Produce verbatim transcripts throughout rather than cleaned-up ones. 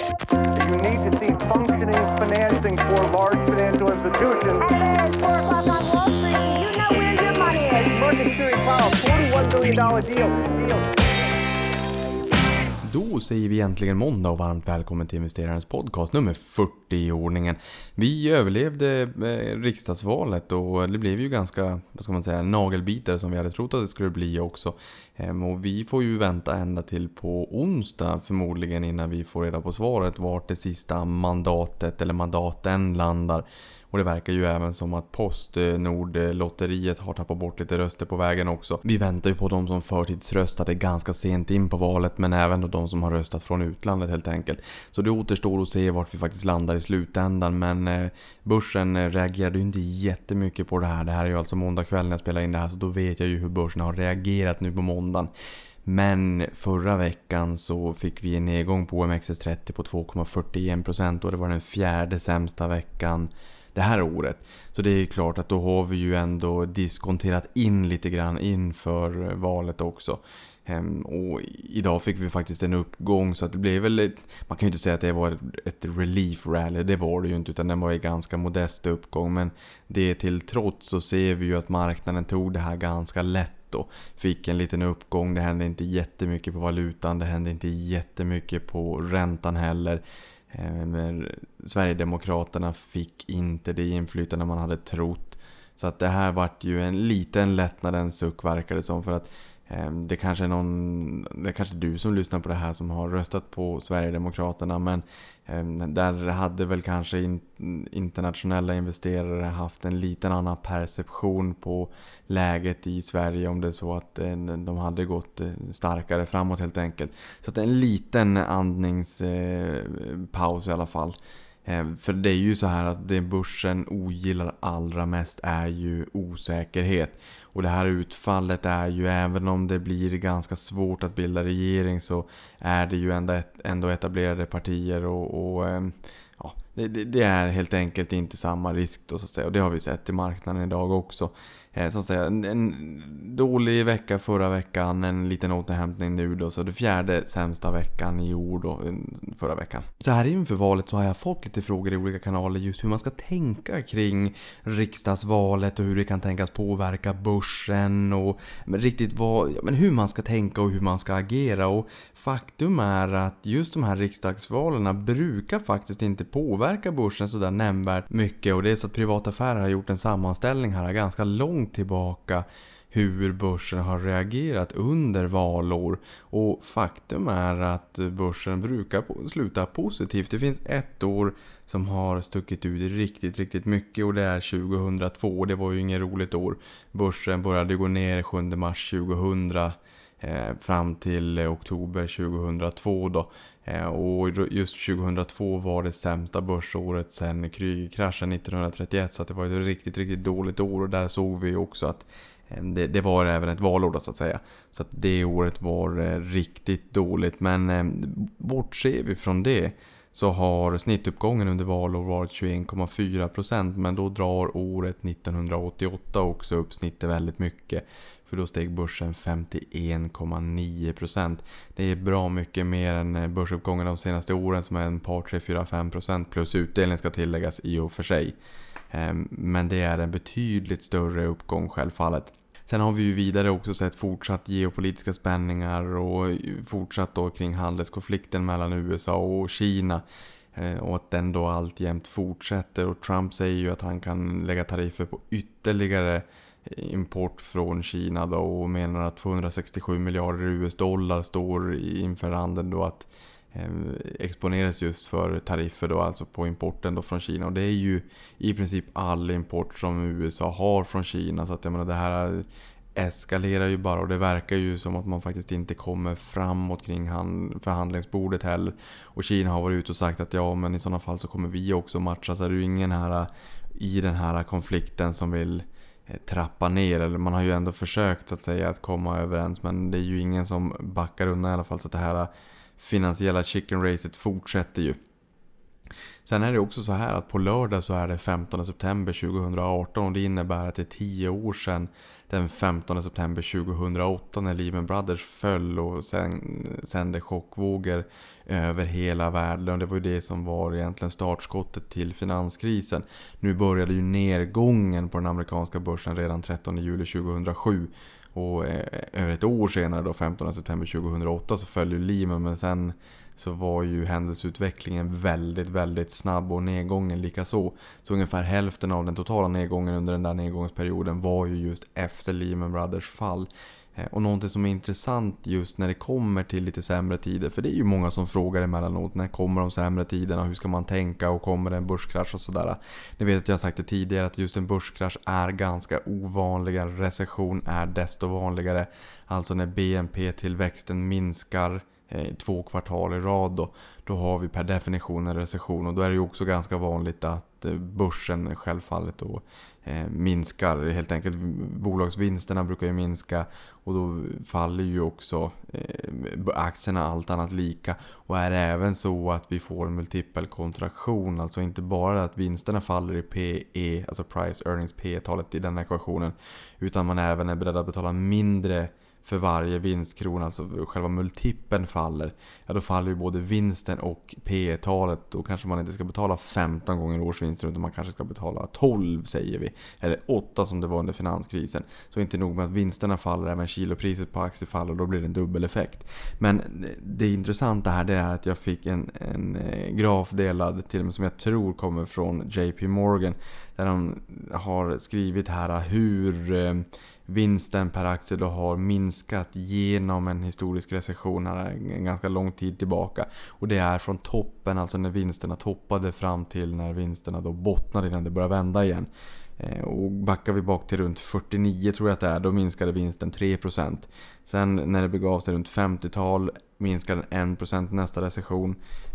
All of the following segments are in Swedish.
You need to see functioning financing for large financial institutions. Hey, it's four o'clock on Wall Street. You know where your money is. Market Security Powell, forty-one billion dollars deal. deal. Då säger vi egentligen måndag och varmt välkommen till investerarens podcast nummer fyrtio i ordningen. Vi överlevde eh, riksdagsvalet och det blev ju ganska, vad ska man säga, nagelbitare som vi hade trott att det skulle bli också. Ehm, och vi får ju vänta ända till på onsdag förmodligen innan vi får reda på svaret vart det sista mandatet eller mandaten landar. Och det verkar ju även som att Postnord-lotteriet har tappat bort lite röster på vägen också. Vi väntar ju på de som förtidsröstade ganska sent in på valet, men även då de som har röstat från utlandet helt enkelt. Så det återstår att se vart vi faktiskt landar i slutändan, men eh, börsen reagerade ju inte jättemycket på det här. Det här är ju alltså måndag kväll när jag spelar in det här, så då vet jag ju hur börsen har reagerat nu på måndagen. Men förra veckan så fick vi en nedgång på O M X S trettio på två komma fyrtioen procent och det var den fjärde sämsta veckan det här året. Så det är klart att då har vi ju ändå diskonterat in lite grann inför valet också. Ehm, och idag fick vi faktiskt en uppgång, så att det blev väl, man kan ju inte säga att det var ett relief rally, det var det ju inte, utan den var en ganska modest uppgång. Men det till trots så ser vi ju att marknaden tog det här ganska lätt och fick en liten uppgång. Det hände inte jättemycket på valutan, det hände inte jättemycket på räntan heller. Men Sverigedemokraterna fick inte det inflytande man hade trott. Så att det här vart ju en liten lättnadens suck, verkade som, för att eh, det kanske är någon, det är kanske du som lyssnar på det här som har röstat på Sverigedemokraterna, men eh, där hade väl kanske in, internationella investerare haft en liten annan perception på läget i Sverige om det är så att eh, de hade gått eh, starkare framåt helt enkelt. Så att en liten andningspaus eh, i alla fall. Eh, för det är ju så här att det börsen ogillar allra mest är ju osäkerhet. Och det här utfallet är ju, även om det blir ganska svårt att bilda regering, så är det ju ändå, ett, ändå etablerade partier och, och eh, ja, det, det är helt enkelt inte samma risk då, så att säga. Och det har vi sett i marknaden idag också. Eh, så att säga, en, en dålig vecka förra veckan, en liten återhämtning nu då, så det fjärde sämsta veckan i år då, förra veckan. Så här inför valet så har jag fått lite frågor i olika kanaler just hur man ska tänka kring riksdagsvalet och hur det kan tänkas påverka börsen och men riktigt vad, ja, men hur man ska tänka och hur man ska agera. Och faktum är att just de här riksdagsvalen brukar faktiskt inte påverka börsen så där nämnvärt mycket, och det är så att Privata Affärer har gjort en sammanställning här ganska långt tillbaka hur börsen har reagerat under valår, och faktum är att börsen brukar sluta positivt. Det finns ett år som har stuckit ut riktigt, riktigt mycket, och det är tjugohundratvå. Det var ju inget roligt år. Börsen började gå ner sjunde mars tjugohundra eh, fram till oktober tjugohundratvå då. Eh, och just tjugohundratvå var det sämsta börsåret sedan krygkraschen nittonhundratrettioett, så att det var ett riktigt, riktigt dåligt år, och där såg vi också att Det, det var även ett valår då, så att säga. Så att det året var eh, riktigt dåligt. Men eh, bortser vi från det så har snittuppgången under valår varit tjugoen komma fyra procent. Men då drar året nittonhundraåttioåtta också upp snittet väldigt mycket. För då steg börsen femtioen komma nio procent. Det är bra mycket mer än börsuppgången de senaste åren som är en par, tre, fyra, fem procent. Plus utdelning ska tilläggas i och för sig. Men det är en betydligt större uppgång självfallet. Sen har vi ju vidare också sett fortsatt geopolitiska spänningar och fortsatt då kring handelskonflikten mellan U S A och Kina. Och att den då alltjämt fortsätter, och Trump säger ju att han kan lägga tariffer på ytterligare import från Kina då, och menar att tvåhundrasextiosju miljarder U S dollar står inför handeln då att exponeras just för tariffer då, alltså på importen då från Kina. Och det är ju i princip all import som U S A har från Kina, så att jag menar, det här eskalerar ju bara, och det verkar ju som att man faktiskt inte kommer framåt kring förhandlingsbordet heller. Och Kina har varit ute och sagt att ja, men i sådana fall så kommer vi också matcha, så är det ju ingen här i den här konflikten som vill trappa ner, eller man har ju ändå försökt så att säga att komma överens, men det är ju ingen som backar undan i alla fall, så att det här finansiella chicken racet fortsätter ju. Sen är det också så här att på lördag så är det femtonde september tjugohundraarton och det innebär att det är tio år sedan den femtonde september tjugohundraåtta när Lehman Brothers föll och sen sände chockvågor över hela världen. Och det var ju det som var egentligen startskottet till finanskrisen. Nu började ju nedgången på den amerikanska börsen redan trettonde juli tjugohundrasju. Och eh, över ett år senare då, femtonde september tjugohundraåtta, så föll ju Lehman, men sen så var ju händelseutvecklingen väldigt, väldigt snabb och nedgången lika så. Så ungefär hälften av den totala nedgången under den där nedgångsperioden var ju just efter Lehman Brothers fall. Och någonting som är intressant just när det kommer till lite sämre tider, för det är ju många som frågar emellanåt, när kommer de sämre tiderna, hur ska man tänka och kommer det en börskrasch och sådär. Ni vet att jag har sagt det tidigare att just en börskrasch är ganska ovanligare, recession är desto vanligare. Alltså när B N P-tillväxten minskar två kvartal i rad då, då har vi per definition en recession, och då är det ju också ganska vanligt att börsen självfallet då eh, minskar, helt enkelt bolagsvinsterna brukar ju minska och då faller ju också eh, aktierna allt annat lika, och är det även så att vi får en multipelkontraktion, alltså inte bara att vinsterna faller i P E, alltså price earnings P-talet i den ekvationen, utan man även är beredd att betala mindre för varje vinstkrona, alltså själva multipeln faller, ja då faller ju både vinsten och P-talet. Då kanske man inte ska betala femton gånger årsvinsten, utan man kanske ska betala tolv säger vi, eller åtta som det var under finanskrisen. Så inte nog med att vinsterna faller, även kilopriset på aktier faller, och då blir det en dubbeleffekt. Men det intressanta här det är att jag fick en, en graf delad till mig som jag tror kommer från J P Morgan, där de har skrivit här hur vinsten per aktie då har minskat genom en historisk recession här en ganska lång tid tillbaka. Och det är från toppen, alltså när vinsterna toppade, fram till när vinsterna då bottnade innan det började vända igen. Och backar vi bak till runt fyrtionio tror jag att det är, då minskade vinsten tre procent. Sen när det begav sig runt femtiotal minskade den en procent nästa recession.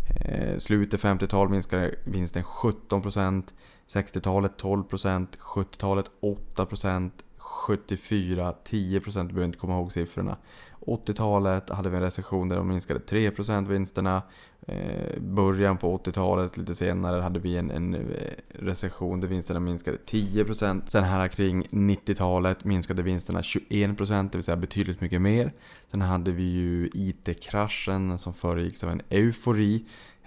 Slutet femtiotal minskade vinsten sjutton procent, sextiotalet tolv procent, sjuttiotalet åtta procent, sjuttiofyra tio procent, behöver inte komma ihåg siffrorna. åttiotalet hade vi en recession där de minskade tre procent vinsterna. Eh, början på åttiotalet lite senare hade vi en, en recession där vinsterna minskade tio procent. Sen här kring nittiotalet minskade vinsterna tjugoen procent, det vill säga betydligt mycket mer. Sen hade vi ju I T-kraschen som föregicks av en eufori.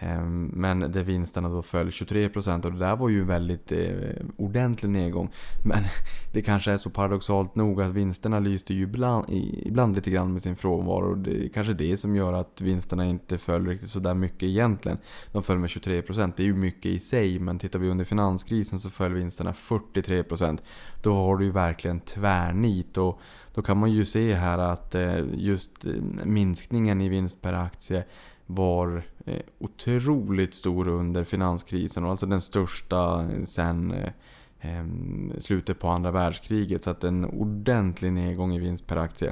Men där vinsterna då föll tjugotre procent, och det där var ju väldigt eh, ordentlig nedgång. Men det kanske är så paradoxalt nog att vinsterna lyste ju ibland, ibland lite grann med sin frånvaro, och det är kanske det som gör att vinsterna inte föll riktigt så där mycket egentligen. De föll med tjugotre procent, det är ju mycket i sig, men tittar vi under finanskrisen så föll vinsterna fyrtiotre procent. Då har du ju verkligen tvärnit, och då kan man ju se här att eh, just minskningen i vinst per aktie var eh, otroligt stor under finanskrisen, och alltså den största sen eh, slutet på andra världskriget, så att en ordentlig nedgång i vinst per aktie.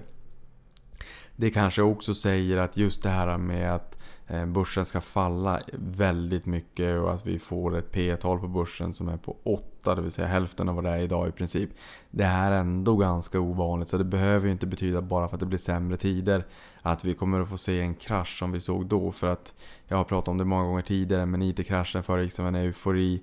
Det kanske också säger att just det här med att eh, börsen ska falla väldigt mycket och att vi får ett P-tal på börsen som är på åtta, det vill säga hälften av vad det är idag i princip. Det här är ändå ganska ovanligt, så det behöver ju inte betyda bara för att det blir sämre tider att vi kommer att få se en krasch som vi såg då. För att jag har pratat om det många gånger tidigare, men I T-kraschen föregick som en eufori,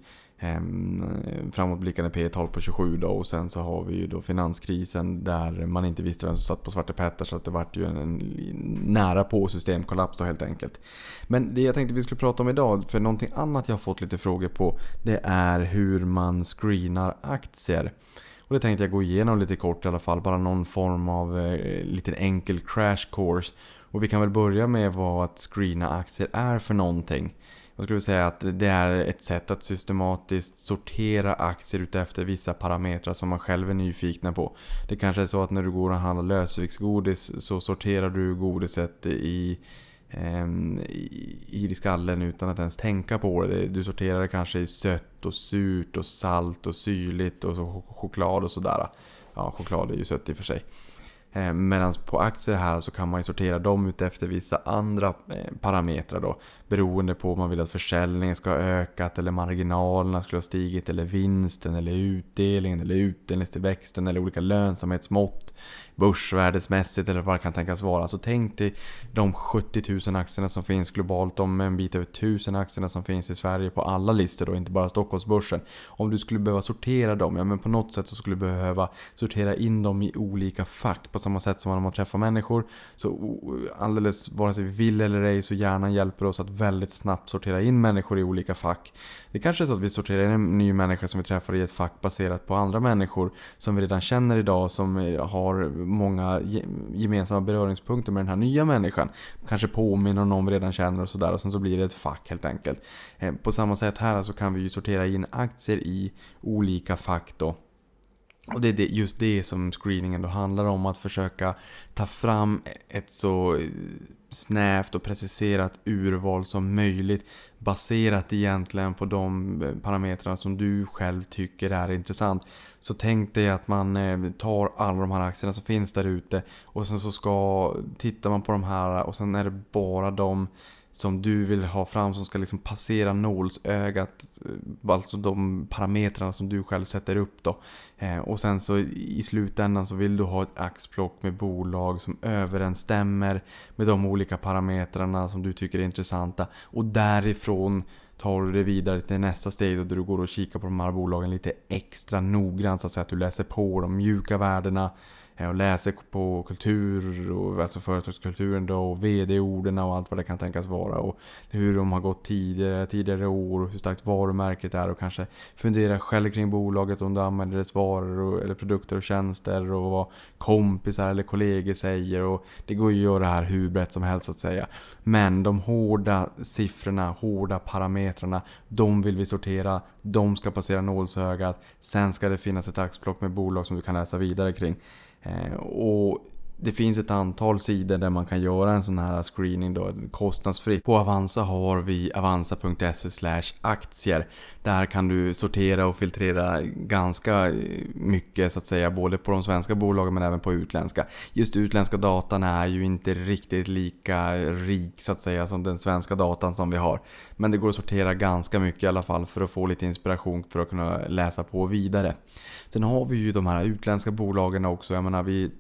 framåtblickande P-tal på tjugosju då, och sen så har vi ju då finanskrisen där man inte visste vem som satt på Svarte Petter, så att det vart ju en, en nära på systemkollaps då helt enkelt. Men det jag tänkte vi skulle prata om idag, för någonting annat jag har fått lite frågor på, det är hur man screenar aktier. Och det tänkte jag gå igenom lite kort i alla fall, bara någon form av eh, liten enkel crash course. Och vi kan väl börja med vad att screena aktier är för någonting. Jag skulle säga att det är ett sätt att systematiskt sortera aktier utefter vissa parametrar som man själv är nyfikna på. Det kanske är så att när du går och handlar lösviktsgodis så sorterar du godiset i, eh, i, i skallen utan att ens tänka på det. Du sorterar det kanske i sött och surt och salt och syrligt och så choklad och sådär. Ja, choklad är ju sött i och för sig. Eh, Medan på aktier här så kan man ju sortera dem ut efter vissa andra eh, parametrar då. Beroende på om man vill att försäljningen ska ha ökat eller marginalerna skulle ha stigit eller vinsten eller utdelningen eller utdelningstillväxten eller olika lönsamhetsmått börsvärdesmässigt eller vad det kan tänkas vara. Så tänk dig de sjuttio tusen aktierna som finns globalt, om en bit över tusen aktierna som finns i Sverige på alla listor då, inte bara Stockholmsbörsen. Om du skulle behöva sortera dem, ja men på något sätt så skulle du behöva sortera in dem i olika fack på samma sätt som när man träffar människor. Så alldeles vare sig vi vill eller ej så hjärnan hjälper oss att väldigt snabbt sortera in människor i olika fack. Det kanske är så att vi sorterar in en ny människa som vi träffar i ett fack baserat på andra människor som vi redan känner idag, som har många gemensamma beröringspunkter med den här nya människan. Kanske påminner om någon vi redan känner och sådär, och sen så blir det ett fack helt enkelt. På samma sätt här så kan vi ju sortera in aktier i olika fack då. Och det är just det som screeningen då handlar om, att försöka ta fram ett så snävt och preciserat urval som möjligt, baserat egentligen på de parametrarna som du själv tycker är intressant. Så tänk dig att man tar alla de här aktierna som finns där ute och sen så ska tittar man på de här och sen är det bara de som du vill ha fram som ska liksom passera nålsögat, alltså de parametrarna som du själv sätter upp då. Eh, och sen så i slutändan så vill du ha ett axplock med bolag som överensstämmer med de olika parametrarna som du tycker är intressanta, och därifrån tar du det vidare till nästa steg då du går och kikar på de här bolagen lite extra noggrant, så att säga, att du läser på de mjuka värdena och läser på kultur och alltså företagskulturen då, och vd-orden och allt vad det kan tänkas vara, och hur de har gått tidigare, tidigare år, hur starkt varumärket är, och kanske fundera själv kring bolaget om du använder dess varor och, eller produkter och tjänster, och vad kompisar eller kollegor säger, och det går ju att göra det här hur brett som helst så att säga. Men de hårda siffrorna, hårda parametrarna, de vill vi sortera, de ska passera nålsögat, sen ska det finnas ett axplock med bolag som du kan läsa vidare kring. Eh, och det finns ett antal sidor där man kan göra en sån här screening då, kostnadsfritt. På Avanza har vi avanza punkt se slash aktier. Där kan du sortera och filtrera ganska mycket så att säga, både på de svenska bolagen men även på utländska. Just utländska datan är ju inte riktigt lika rik så att säga som den svenska datan som vi har. Men det går att sortera ganska mycket i alla fall för att få lite inspiration för att kunna läsa på vidare. Sen har vi ju de här utländska bolagen också. Jag menar, vi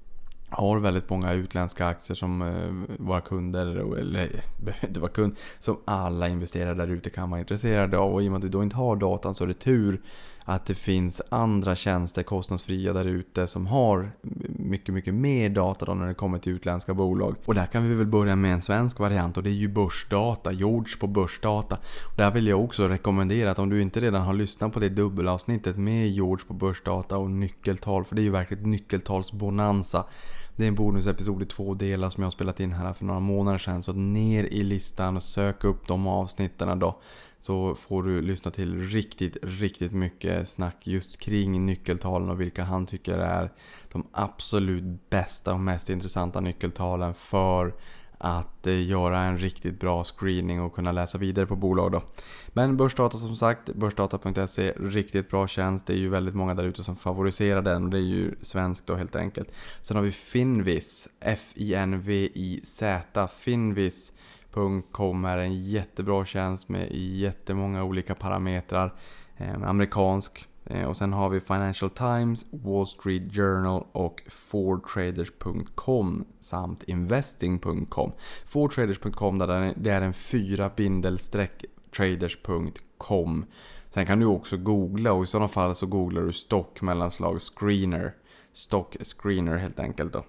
har väldigt många utländska aktier som eh, våra kunder, eller behöver inte vara kund, som alla investerare där ute kan vara intresserade av, och i och med att vi då inte har datan så är det tur att det finns andra tjänster kostnadsfria där ute som har mycket mycket mer data då när det kommer till utländska bolag. Och där kan vi väl börja med en svensk variant, och det är ju Börsdata, George på Börsdata. Och där vill jag också rekommendera att om du inte redan har lyssnat på det dubbelavsnittet med George på Börsdata och nyckeltal, för det är ju verkligen nyckeltalsbonanza. Det är en bonusepisod i två delar som jag har spelat in här för några månader sedan. Så ner i listan och sök upp de avsnitten då. Så får du lyssna till riktigt, riktigt mycket snack just kring nyckeltalen och vilka han tycker är de absolut bästa och mest intressanta nyckeltalen för att eh, göra en riktigt bra screening och kunna läsa vidare på bolag då. Men Börsdata som sagt, börsdata punkt se, riktigt bra tjänst. Det är ju väldigt många där ute som favoriserar den, och det är ju svenskt då helt enkelt. Sen har vi Finviz, F I N V I Z, Finviz punkt com är en jättebra tjänst med jättemånga olika parametrar, eh, amerikansk. Och sen har vi Financial Times, Wall Street Journal och four traders punkt com samt investing punkt com. four traders punkt com det är en fyra bindestreck traders punkt com. Sen kan du också googla, och i sådana fall så googlar du stock mellanslag screener. Stock screener helt enkelt då.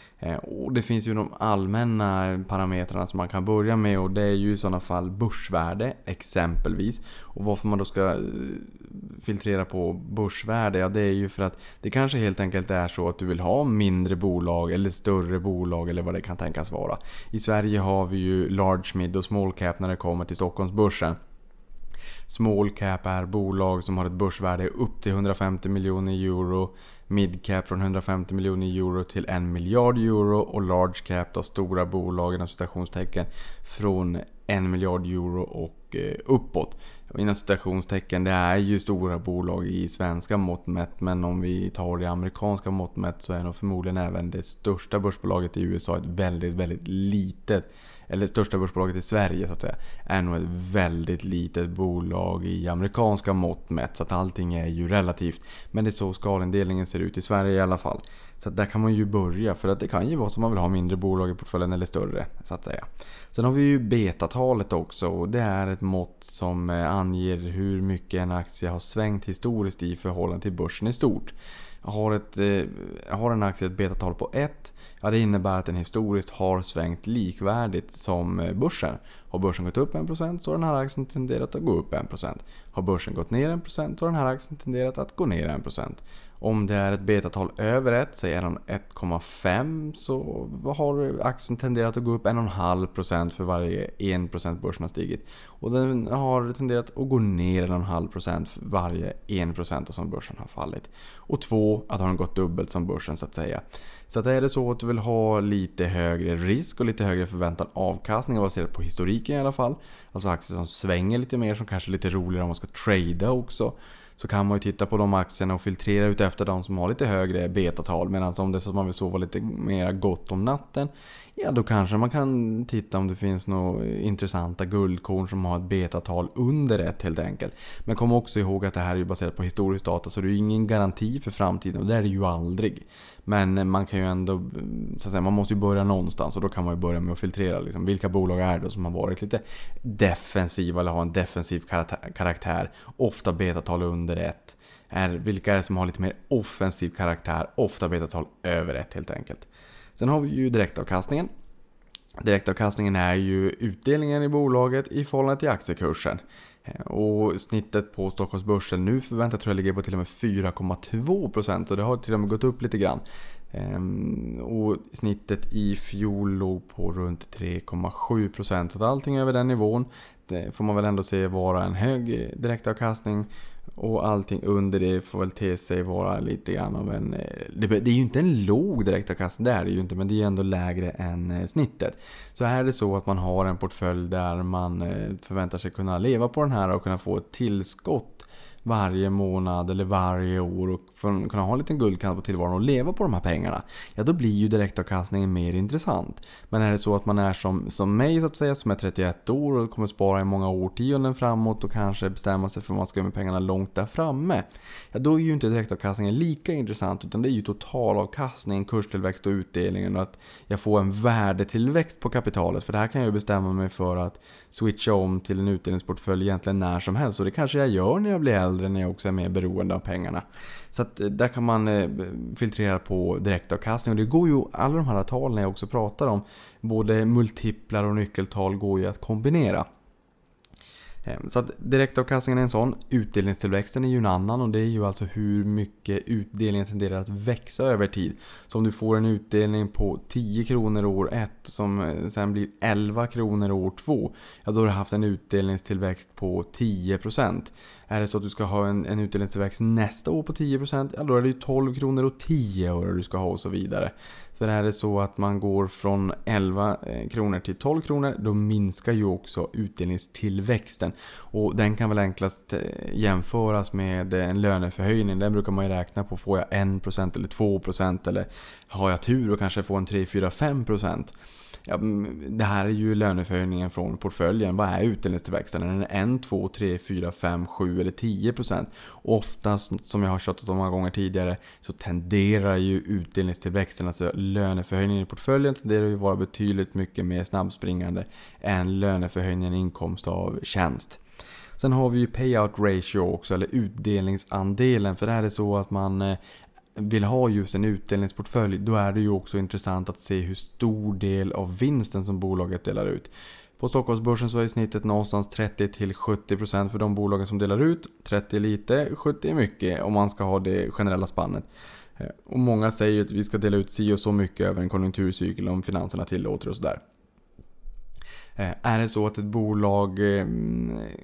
Och det finns ju de allmänna parametrarna som man kan börja med, och det är ju i sådana fall börsvärde exempelvis. Och varför man då ska filtrera på börsvärde, ja det är ju för att det kanske helt enkelt är så att du vill ha mindre bolag eller större bolag eller vad det kan tänkas vara. I Sverige har vi ju large, mid och small cap när det kommer till Stockholmsbörsen. Small cap är bolag som har ett börsvärde upp till hundrafemtio miljoner euro, mid cap från hundrafemtio miljoner euro till en miljard euro, och large cap då stora bolag inom citationstecken från en miljard euro och uppåt. och inom citationstecken, det är ju stora bolag i svenska mått mätt, men om vi tar det amerikanska mått mätt så är nog förmodligen även det största börsbolaget i U S A ett väldigt, väldigt litet, eller största börsbolaget i Sverige så att säga, är nog ett väldigt litet bolag i amerikanska mått mätt, så att allting är ju relativt, men det är så skalindelningen ser ut i Sverige i alla fall. Så att där kan man ju börja, för att det kan ju vara som man vill ha mindre bolag i portföljen eller större så att säga. Sen har vi ju betatalet också, och det är ett mått som anger hur mycket en aktie har svängt historiskt i förhållande till börsen i stort. Har, ett, har en aktie ett betatal på ett, ja, det innebär att den historiskt har svängt likvärdigt som börsen. Har börsen gått upp en procent så har den här aktien tenderat att gå upp en procent. Har börsen gått ner en procent så har den här aktien tenderat att gå ner en procent. Om det är ett betatal över ett, säger den ett komma fem, så har aktien tenderat att gå upp en komma fem procent för varje en procent börsen har stigit. Och den har tenderat att gå ner en komma fem procent för varje en procent som börsen har fallit. Och två, att har den gått dubbelt som börsen så att säga. Så att är det så att du vill ha lite högre risk och lite högre förväntad avkastning baserat på historiken i alla fall, alltså aktier som svänger lite mer, som kanske är lite roligare om man ska trada också, så kan man ju titta på de aktierna och filtrera ut efter de som har lite högre betatal. Medan om det är så att man vill sova lite mer gott om natten, ja då kanske man kan titta om det finns några intressanta guldkorn som har ett betatal under ett helt enkelt. Men kom också ihåg att det här är ju baserat på historisk data, så det är ju ingen garanti för framtiden, och det är det ju aldrig. Men man kan ju ändå, så att säga, man måste ju börja någonstans, och då kan man ju börja med att filtrera liksom, vilka bolag är det som har varit lite defensiva eller har en defensiv karaktär, ofta betatal under ett. Är, vilka är det som har lite mer offensiv karaktär, ofta betatal över ett helt enkelt. Sen har vi ju direktavkastningen. Direktavkastningen är ju utdelningen i bolaget i förhållande till aktiekursen. Och snittet på Stockholmsbörsen nu förväntat tror jag ligger på till och med fyra komma två procent, så det har till och med gått upp lite grann. Och snittet i fjol låg på runt tre komma sju procent, så att allting över den nivån, det får man väl ändå se vara en hög direktavkastning. Och allting under det får väl te sig vara lite grann av en... Det, det är ju inte en låg direktavkastning, det är det ju inte, men det är ändå lägre än snittet. Så är det så att man har en portfölj där man förväntar sig kunna leva på den här och kunna få ett tillskott varje månad eller varje år och för kunna ha en liten guldkant på tillvaron och leva på de här pengarna, ja då blir ju direktavkastningen mer intressant. Men är det så att man är som, som mig så att säga, som är trettioett år och kommer spara i många årtionden framåt och kanske bestämma sig för vad man ska göra med pengarna långt där framme, ja då är ju inte direktavkastningen lika intressant, utan det är ju totalavkastning, kurstillväxt och utdelningen, och att jag får en värdetillväxt på kapitalet. För det här kan jag ju bestämma mig för att switcha om till en utdelningsportfölj egentligen när som helst, och det kanske jag gör när jag blir äldre, när jag också är mer beroende av pengarna. Så att där kan man eh, filtrera på direktavkastning, och det går ju, alla de här talen jag också pratar om, både multiplar och nyckeltal går ju att kombinera. Så att direktavkastningen är en sån, utdelningstillväxten är ju en annan, och det är ju alltså hur mycket utdelningen tenderar att växa över tid. Så om du får en utdelning på tio kronor år ett som sen blir elva kronor år två, ja då har du haft en utdelningstillväxt på tio procent. Är det så att du ska ha en, en utdelningstillväxt nästa år på tio procent, ja då är det ju tolv kronor och tio öre du ska ha och så vidare. För är det så att man går från elva kronor till tolv kronor, då minskar ju också utdelningstillväxten. Och den kan väl enklast jämföras med en löneförhöjning. Den brukar man ju räkna på, får jag en procent eller två procent, eller har jag tur och kanske får en tre, fyra, fem procent. Ja, det här är ju löneförhöjningen från portföljen. Vad är utdelningstillväxten? Är den ett, två, tre, fyra, fem, sju eller tio procent? Oftast, som jag har tjatat om många gånger tidigare, så tenderar ju utdelningstillväxten, alltså löneförhöjningen i portföljen, tenderar ju vara betydligt mycket mer snabbspringande än löneförhöjningen i inkomst av tjänst. Sen har vi ju payout ratio också, eller utdelningsandelen. För det är det så att man vill ha just en utdelningsportfölj, då är det ju också intressant att se hur stor del av vinsten som bolaget delar ut. På Stockholmsbörsen så är snittet någonstans trettio till sjuttio procent för de bolagen som delar ut. trettio är lite, sjuttio är mycket om man ska ha det generella spannet. Och många säger att vi ska dela ut si och så mycket över en konjunkturcykel om finanserna tillåter och sådär. Är det så att ett bolag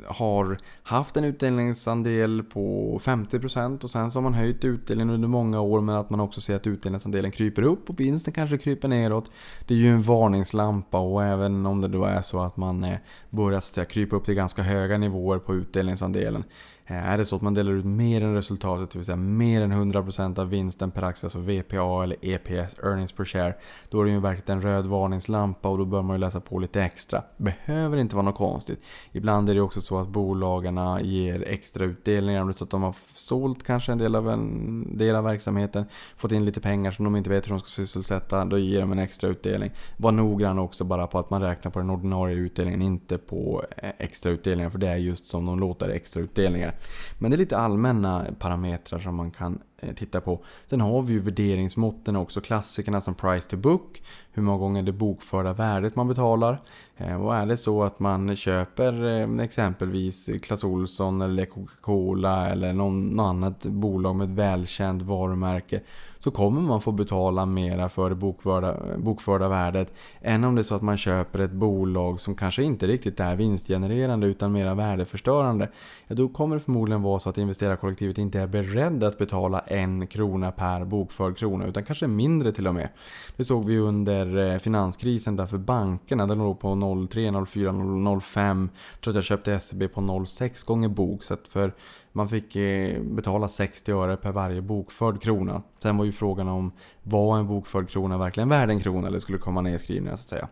har haft en utdelningsandel på femtio procent och sen så har man höjt utdelningen under många år, men att man också ser att utdelningsandelen kryper upp och vinsten kanske kryper neråt. Det är ju en varningslampa, och även om det då är så att man eh, börjar så att säga, krypa upp till ganska höga nivåer på utdelningsandelen. Är det så att man delar ut mer än resultatet, det vill säga mer än hundra procent av vinsten per aktie, alltså V P A eller E P S, earnings per share, då är det ju verkligen en röd varningslampa och då bör man ju läsa på lite extra. Behöver inte vara något konstigt. Ibland är det också så att bolagarna ger extra utdelningar, så att de har sålt kanske en del av en del av verksamheten, fått in lite pengar som de inte vet hur de ska sysselsätta, då ger de en extra utdelning. Var noggrann också bara på att man räknar på den ordinarie utdelningen, inte på extra utdelningar, för det är just som de låter extra utdelningar. Men det är lite allmänna parametrar som man kan eh, titta på. Sen har vi ju värderingsmåtten också, klassikerna som price to book, hur många gånger det bokförda värdet man betalar. Eh, och är det så att man köper eh, exempelvis Clas Ohlson eller Coca-Cola eller någon, någon annat bolag med ett välkänt varumärke, så kommer man få betala mera för det bokförda, bokförda värdet än om det är så att man köper ett bolag som kanske inte riktigt är vinstgenererande utan mera värdeförstörande. Ja, då kommer det förmodligen vara så att investerarkollektivet inte är beredd att betala en krona per bokförd krona, utan kanske mindre till och med. Det såg vi under finanskrisen, där för bankerna där låg på noll komma tre, noll komma fyra, noll komma fem. Jag tror att jag köpte S E B på noll komma sex gånger bok, så att för man fick betala sextio öre per varje bokförd krona. Sen var ju frågan om var en bokförd krona verkligen värd en krona eller skulle komma nedskrivningar så att säga.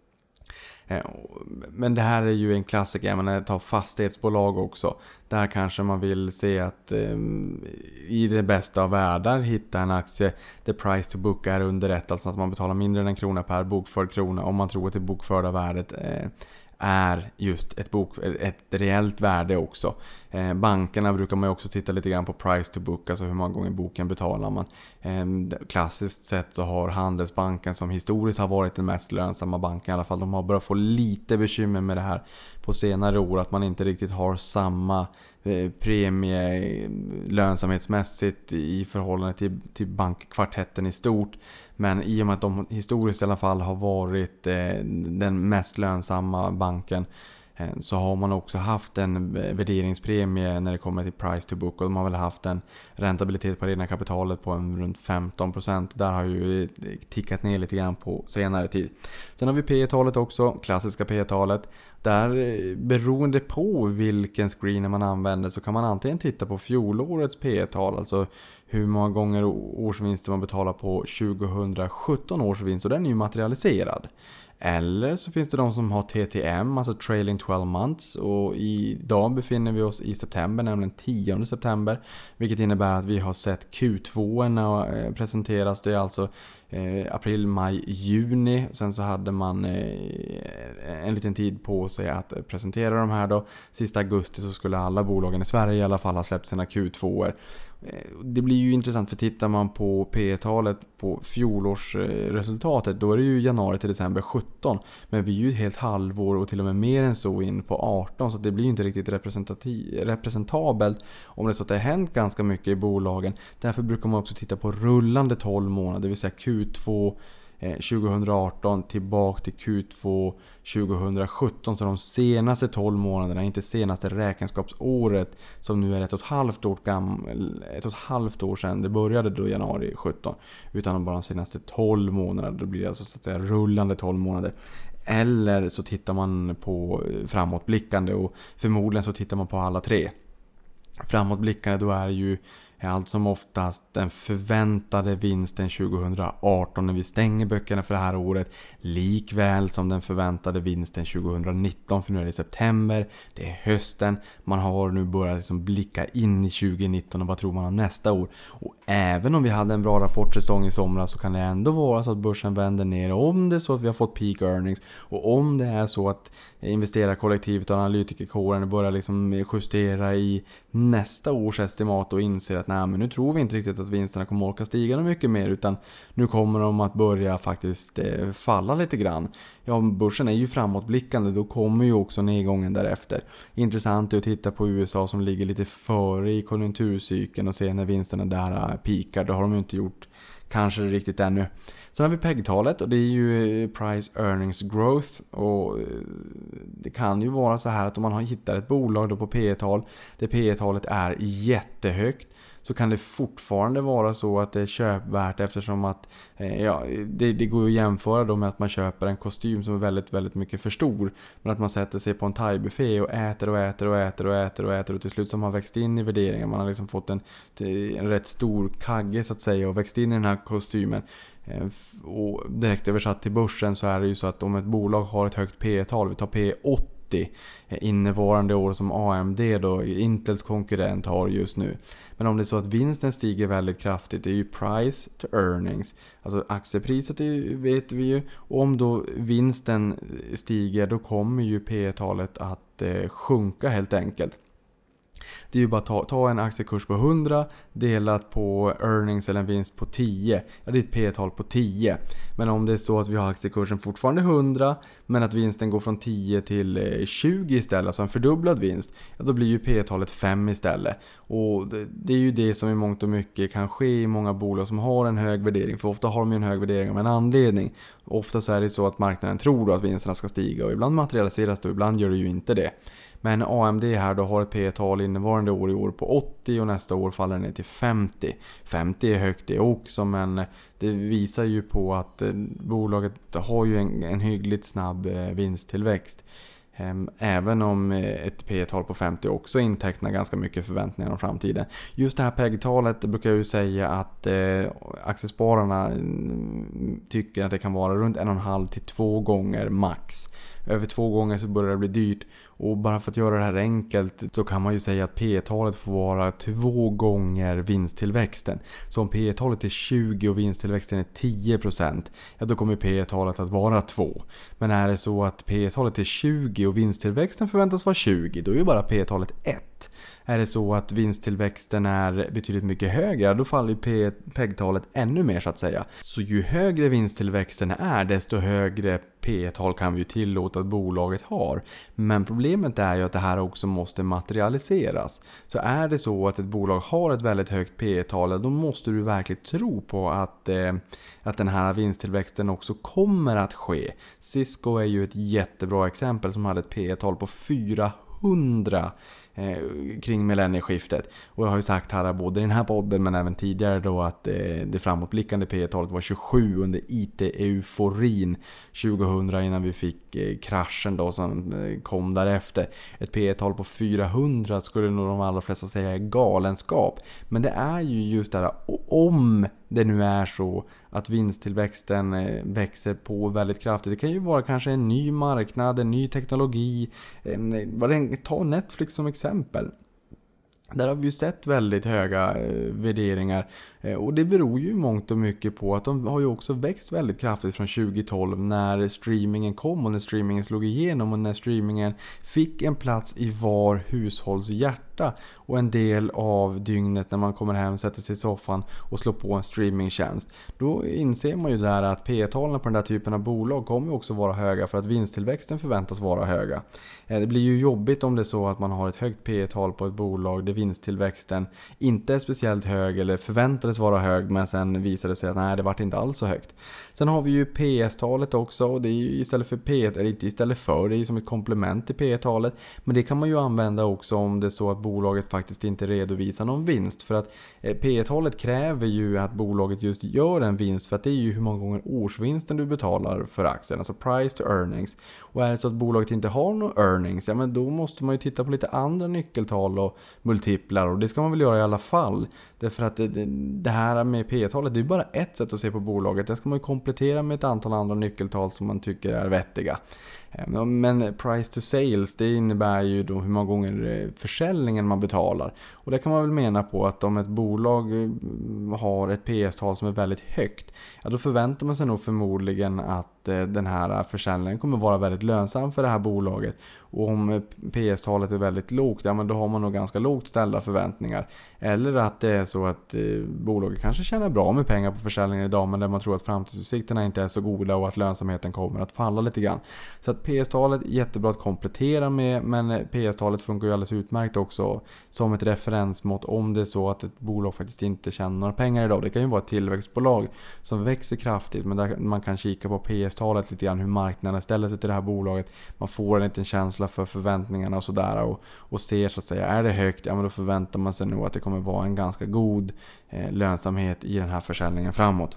Men det här är ju en klassiker, jag menar, ta fastighetsbolag också. Där kanske man vill se att eh, i det bästa av världar hitta en aktie där price to book är under ett, alltså att man betalar mindre än en krona per bokförd krona om man tror att det bokförda värdet eh, är just ett, bok, ett reellt värde också. Eh, bankerna brukar man ju också titta lite grann på price to book, alltså hur många gånger boken betalar man. Eh, klassiskt sett så har Handelsbanken, som historiskt har varit den mest lönsamma banken i alla fall, de har börjat få lite bekymmer med det här på senare år, att man inte riktigt har samma eh, premie lönsamhetsmässigt i förhållande till, till bankkvartetten i stort. Men i och med att de historiskt i alla fall har varit eh, den mest lönsamma banken, eh, så har man också haft en värderingspremie när det kommer till price to book. Och de har väl haft en räntabilitet på det egna kapitalet på en runt femton procent. Där har ju tickat ner lite grann på senare tid. Sen har vi P E-talet också, klassiska P E-talet. Där, beroende på vilken screener man använder, så kan man antingen titta på fjolårets P E-tal, alltså hur många gånger årsvinster man betalar på tjugosjutton års vinst, och den är ju materialiserad. Eller så finns det de som har T T M, alltså trailing twelve months, och idag befinner vi oss i september, nämligen tionde september, vilket innebär att vi har sett Q två-erna presenteras. Det är alltså eh, april, maj, juni. Sen så hade man eh, en liten tid på sig att presentera de här då. Sista augusti så skulle alla bolagen i Sverige i alla fall ha släppt sina Q två-er. Det blir ju intressant, för tittar man på P E-talet på fjolårsresultatet, då är det ju januari till december sjutton, men vi är ju ett helt halvår och till och med mer än så in på arton, så det blir ju inte riktigt representabelt om det är så att det har hänt ganska mycket i bolagen. Därför brukar man också titta på rullande tolv månader, det vill säga Q två tjugoarton tillbaka till Q två tjugosjutton, så de senaste tolv månaderna, inte senaste räkenskapsåret som nu är ett och ett halvt år gammal, ett och ett halvt år sedan det började då januari sjutton, utan bara de senaste tolv månaderna. Då blir det alltså så att säga rullande tolv månader. Eller så tittar man på framåtblickande, och förmodligen så tittar man på alla tre. Framåtblickande, då är ju allt som oftast den förväntade vinsten tjugoarton när vi stänger böckerna för det här året, likväl som den förväntade vinsten tjugonitton, för nu är det september, det är hösten, man har nu börjat liksom blicka in i tjugonitton och vad tror man om nästa år. Och även om vi hade en bra rapportsäsong i somras, så kan det ändå vara så att börsen vänder ner, om det är så att vi har fått peak earnings, och om det är så att investerarkollektivet och analytikerkåren börjar liksom justera i nästa års estimat och inser att nej, men nu tror vi inte riktigt att vinsterna kommer orka stiga mycket mer, utan nu kommer de att börja faktiskt eh, falla lite grann. Ja, börsen är ju framåtblickande, då kommer ju också nedgången därefter. Intressant är att titta på U S A som ligger lite före i konjunkturcykeln och se när vinsterna där pikar. Det har de ju inte gjort kanske riktigt ännu. Sen har vi P E G-talet och det är ju Price Earnings Growth, och det kan ju vara så här att om man har hittat ett bolag då på P E-tal där P E-talet är jättehögt, så kan det fortfarande vara så att det är köpvärt, eftersom att eh, ja, det, det går att jämföra då med att man köper en kostym som är väldigt, väldigt mycket för stor, men att man sätter sig på en thai-buffé och äter och äter och äter och äter och äter och till slut så har man växt in i värderingen. Man har liksom fått en, en rätt stor kagge så att säga och växt in i den här kostymen. Och direkt översatt till börsen så är det ju så att om ett bolag har ett högt P E-tal, vi tar P E åttio innevarande år som A M D då, Intels konkurrent, har just nu. Men om det är så att vinsten stiger väldigt kraftigt, det är ju price to earnings. Alltså aktiepriset det vet vi ju. Och om då vinsten stiger, då kommer ju P E-talet att eh, sjunka helt enkelt. Det är ju bara att ta, ta en aktiekurs på hundra delat på earnings eller en vinst på tio. Ja, det är ett P E-tal på tio. Men om det är så att vi har aktiekursen fortfarande hundra men att vinsten går från tio till tjugo istället, alltså en fördubblad vinst, ja, då blir ju P E-talet fem istället. Och det, det är ju det som i mångt och mycket kan ske i många bolag som har en hög värdering. För ofta har de ju en hög värdering av en anledning. Ofta så är det så att marknaden tror då att vinsterna ska stiga och ibland materialiseras det och ibland gör det ju inte det. Men A M D här då har ett P E-tal innevarande år i år på åttio och nästa år faller ner till femtio. femtio är högt det också, men det visar ju på att bolaget har ju en, en hyggligt snabb vinsttillväxt. Även om ett P E-tal på femtio också intecknar ganska mycket förväntningar om framtiden. Just det här P E G-talet brukar jag ju säga att eh, aktiespararna tycker att det kan vara runt en och en halv till två gånger max. Över två gånger så börjar det bli dyrt. Och bara för att göra det här enkelt så kan man ju säga att P E-talet får vara två gånger vinsttillväxten. Så om P E-talet är tjugo och vinsttillväxten är tio procent, ja då kommer P E-talet att vara två. Men är det så att P E-talet är tjugo och vinsttillväxten förväntas vara tjugo, då är ju bara P E-talet ett. Är det så att vinsttillväxten är betydligt mycket högre, då faller P E G-talet ännu mer så att säga. Så ju högre vinsttillväxten är, desto högre P E-tal kan vi ju tillåta att bolaget har. Men problemet är ju att det här också måste materialiseras. Så är det så att ett bolag har ett väldigt högt P E-tal, då måste du verkligen tro på att, eh, att den här vinsttillväxten också kommer att ske. Cisco är ju ett jättebra exempel som hade ett P E-tal på fyrahundra eh, kring millennieskiftet. Och jag har ju sagt här både i den här podden men även tidigare då att eh, det framåtblickande P E-talet var tjugosju under I T-euforin tjugohundra innan vi fick eh, kraschen då som eh, kom därefter. Ett P E-tal på fyrahundra skulle nog de allra flesta säga är galenskap. Men det är ju just det här, om det nu är så att vinsttillväxten eh, växer på väldigt kraftigt. Det kan ju vara kanske en ny marknad, en ny teknologi. Eh, ta Netflix som exempel. Där har vi ju sett väldigt höga eh, värderingar eh, och det beror ju mångt och mycket på att de har ju också växt väldigt kraftigt från tjugohundratolv när streamingen kom och när streamingen slog igenom och när streamingen fick en plats i var hushålls hjärta och en del av dygnet när man kommer hem, sätter sig i soffan och slår på en streamingtjänst. Då inser man ju där att P E-talen på den där typen av bolag kommer också vara höga för att vinsttillväxten förväntas vara höga. Eh, det blir ju jobbigt om det är så att man har ett högt P E-tal på ett bolag där vinsttillväxten inte är speciellt hög eller förväntades vara hög men sen visade sig att nej, det vart inte alls så högt. Sen har vi ju P S-talet också och det är ju istället för P ett, eller inte istället för, det är ju som ett komplement till P E-talet, men det kan man ju använda också om det är så att bolaget faktiskt inte redovisar någon vinst, för att P E-talet kräver ju att bolaget just gör en vinst, för att det är ju hur många gånger årsvinsten du betalar för aktien, alltså price to earnings. Och är det så att bolaget inte har någon earnings, ja men då måste man ju titta på lite andra nyckeltal och multiplar, och det ska man väl göra i alla fall. Därför att det, det, det här med P E-talet, det är bara ett sätt att se på bolaget. Det ska man ju komplettera med ett antal andra nyckeltal som man tycker är vettiga. Men price to sales, det innebär ju då hur många gånger försäljningen man betalar. Och det kan man väl mena på att om ett bolag har ett P S-tal som är väldigt högt, ja då förväntar man sig nog förmodligen att att eh, den här försäljningen kommer vara väldigt lönsam för det här bolaget. Och om P S-talet är väldigt lågt, ja men då har man nog ganska lågt ställda förväntningar. Eller att det är så att eh, bolaget kanske tjänar bra med pengar på försäljningen idag, men där man tror att framtidsutsikterna inte är så goda och att lönsamheten kommer att falla lite grann. Så att P S-talet är jättebra att komplettera med, men P S-talet funkar ju alldeles utmärkt också som ett referensmått om det är så att ett bolag faktiskt inte tjänar några pengar idag. Det kan ju vara ett tillväxtbolag som växer kraftigt, men där man kan kika på P S-talet lite grann, hur marknaden ställer sig till det här bolaget. Man får en liten känsla för förväntningarna och sådär, och, och ser så att säga, är det högt, ja men då förväntar man sig nog att det kommer vara en ganska god eh, lönsamhet i den här försäljningen framåt.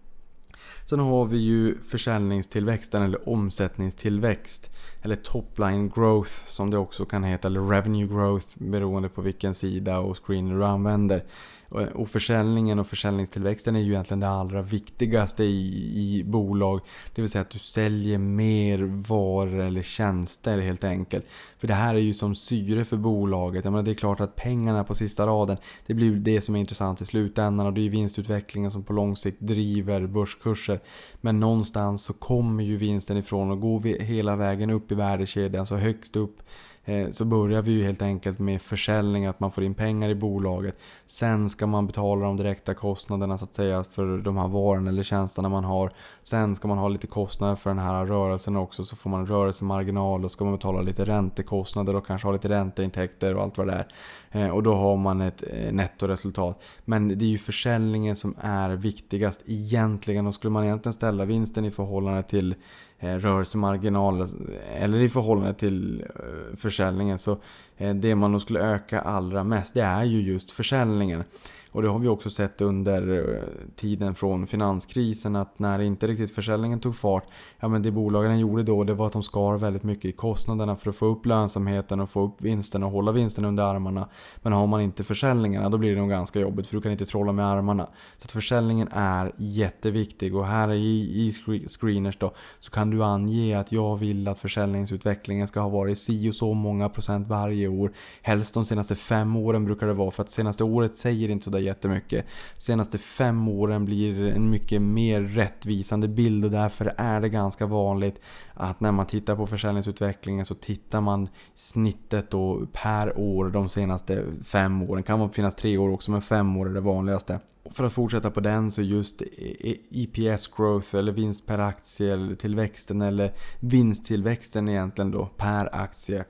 Sen har vi ju försäljningstillväxten eller omsättningstillväxt, eller top line growth som det också kan heta, eller revenue growth beroende på vilken sida och screener du använder. Och försäljningen och försäljningstillväxten är ju egentligen det allra viktigaste i, i bolag. Det vill säga att du säljer mer varor eller tjänster helt enkelt. För det här är ju som syre för bolaget. Jag menar, det är klart att pengarna på sista raden, det blir det som är intressant i slutändan. Och det är ju vinstutvecklingen som på lång sikt driver börskurser. Men någonstans så kommer ju vinsten ifrån, och går vi hela vägen upp i värdekedjan, så högst upp så börjar vi ju helt enkelt med försäljning, att man får in pengar i bolaget. Sen ska man betala de direkta kostnaderna så att säga för de här varorna eller tjänsterna man har. Sen ska man ha lite kostnader för den här rörelsen också, så får man en rörelsemarginal, och ska man betala lite räntekostnader och kanske ha lite ränteintäkter och allt vad det är. Och då har man ett nettoresultat. Men det är ju försäljningen som är viktigast egentligen, och skulle man egentligen ställa vinsten i förhållande till rörelsemarginal eller i förhållande till försäljningen, så det man nog skulle öka allra mest, det är ju just försäljningen. Och det har vi också sett under tiden från finanskrisen, att när inte riktigt försäljningen tog fart, ja men det bolagen gjorde då, det var att de skar väldigt mycket i kostnaderna för att få upp lönsamheten och få upp vinsten och hålla vinsten under armarna. Men har man inte försäljningarna, då blir det nog ganska jobbigt, för du kan inte trolla med armarna. Så att försäljningen är jätteviktig, och här i, i screeners då, så kan du ange att jag vill att försäljningsutvecklingen ska ha varit si och så många procent varje år. Helst de senaste fem åren brukar det vara, för att senaste året säger inte så där jättemycket. Senaste fem åren blir en mycket mer rättvisande bild, och därför är det ganska vanligt att när man tittar på försäljningsutvecklingen så tittar man snittet då per år de senaste fem åren. Kan man finnas tre år också, men fem år är det vanligaste. För att fortsätta på den, så just E P S growth eller vinst per aktie eller tillväxten, eller vinsttillväxten egentligen då per aktie,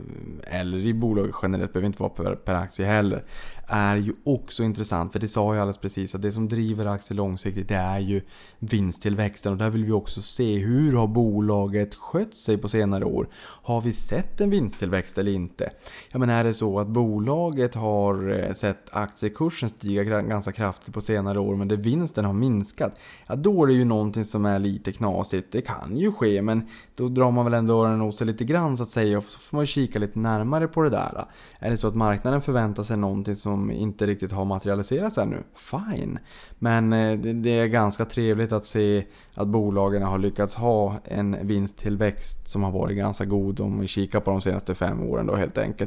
eller i bolag generellt, behöver inte vara per, per aktie heller, är ju också intressant. För det sa jag alldeles precis, att det som driver aktier långsiktigt, det är ju vinsttillväxten. Och där vill vi också se, hur har bolaget skött sig på senare år? Har vi sett en vinsttillväxt eller inte? Ja, men är det så att bolaget har sett aktiekursen stiga ganska kraftigt på senare år, men det vinsten har minskat, ja då är det ju någonting som är lite knasigt. Det kan ju ske, men då drar man väl ändå öronen åt sig lite grann så att säga, och så får man ju kika lite närmare på det där. Är det så att marknaden förväntar sig någonting som inte riktigt har materialiserats ännu? Fine. Men det är ganska trevligt att se att bolagen har lyckats ha en vinsttillväxt som har varit ganska god om vi kikar på de senaste fem åren då helt enkelt.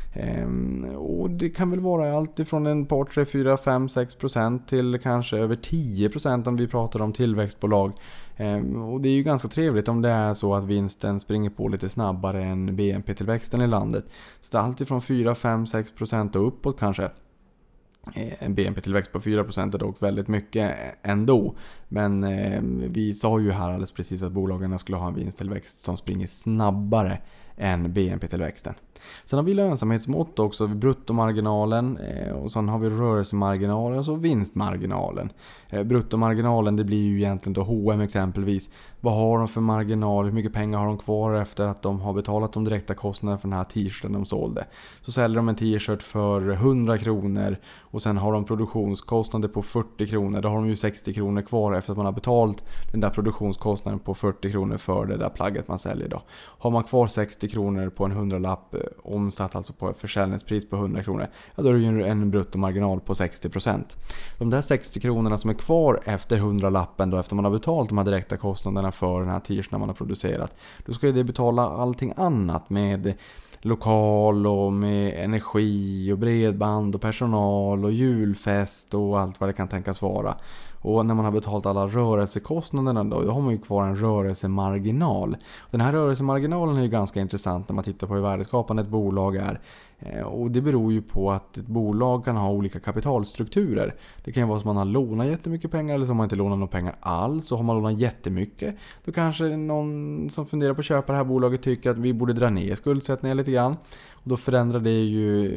Um, och det kan väl vara allt ifrån en par, tre, fyra, fem, sex procent till kanske över tio procent om vi pratar om tillväxtbolag. Um, och det är ju ganska trevligt om det är så att vinsten springer på lite snabbare än B N P-tillväxten i landet. Så det är allt ifrån fyra, fem, sex procent och uppåt kanske. En B N P-tillväxt på fyra procent är dock väldigt mycket ändå. Men eh, vi sa ju här alldeles precis att bolagen skulle ha en vinsttillväxt som springer snabbare än B N P-tillväxten. Sen har vi lönsamhetsmått också, vi bruttomarginalen eh, och sen har vi rörelsemarginalen och så vinstmarginalen. Eh, bruttomarginalen, det blir ju egentligen då H och M exempelvis. Vad har de för marginal? Hur mycket pengar har de kvar efter att de har betalat de direkta kostnaderna för den här t-shirten de sålde? Så säljer de en t-shirt för hundra kronor och sen har de produktionskostnader på fyrtio kronor. Då har de ju sextio kronor kvar efter att man har betalt den där produktionskostnaden på fyrtio kronor för det där plagget man säljer då. Har man kvar sextio kronor på en hundralapp omsatt alltså på ett försäljningspris på hundra kronor, ja, då är det ju en bruttomarginal på sextio procent. De där sextio kronorna som är kvar efter hundralappen då, efter man har betalt de här direkta kostnaderna för den här t-shirten man har producerat, då ska det betala allting annat med lokal och med energi och bredband och personal och julfest och allt vad det kan tänkas vara. Och när man har betalt alla rörelsekostnaderna då, då har man ju kvar en rörelsemarginal. Den här rörelsemarginalen är ju ganska intressant när man tittar på hur värdeskapande ett bolag är. Och det beror ju på att ett bolag kan ha olika kapitalstrukturer. Det kan ju vara så att man har lånat jättemycket pengar eller så har man inte lånat några pengar alls. Och har man lånat jättemycket, då kanske någon som funderar på att köpa det här bolaget tycker att vi borde dra ner skuldsättningen lite grann. Och då förändrar det ju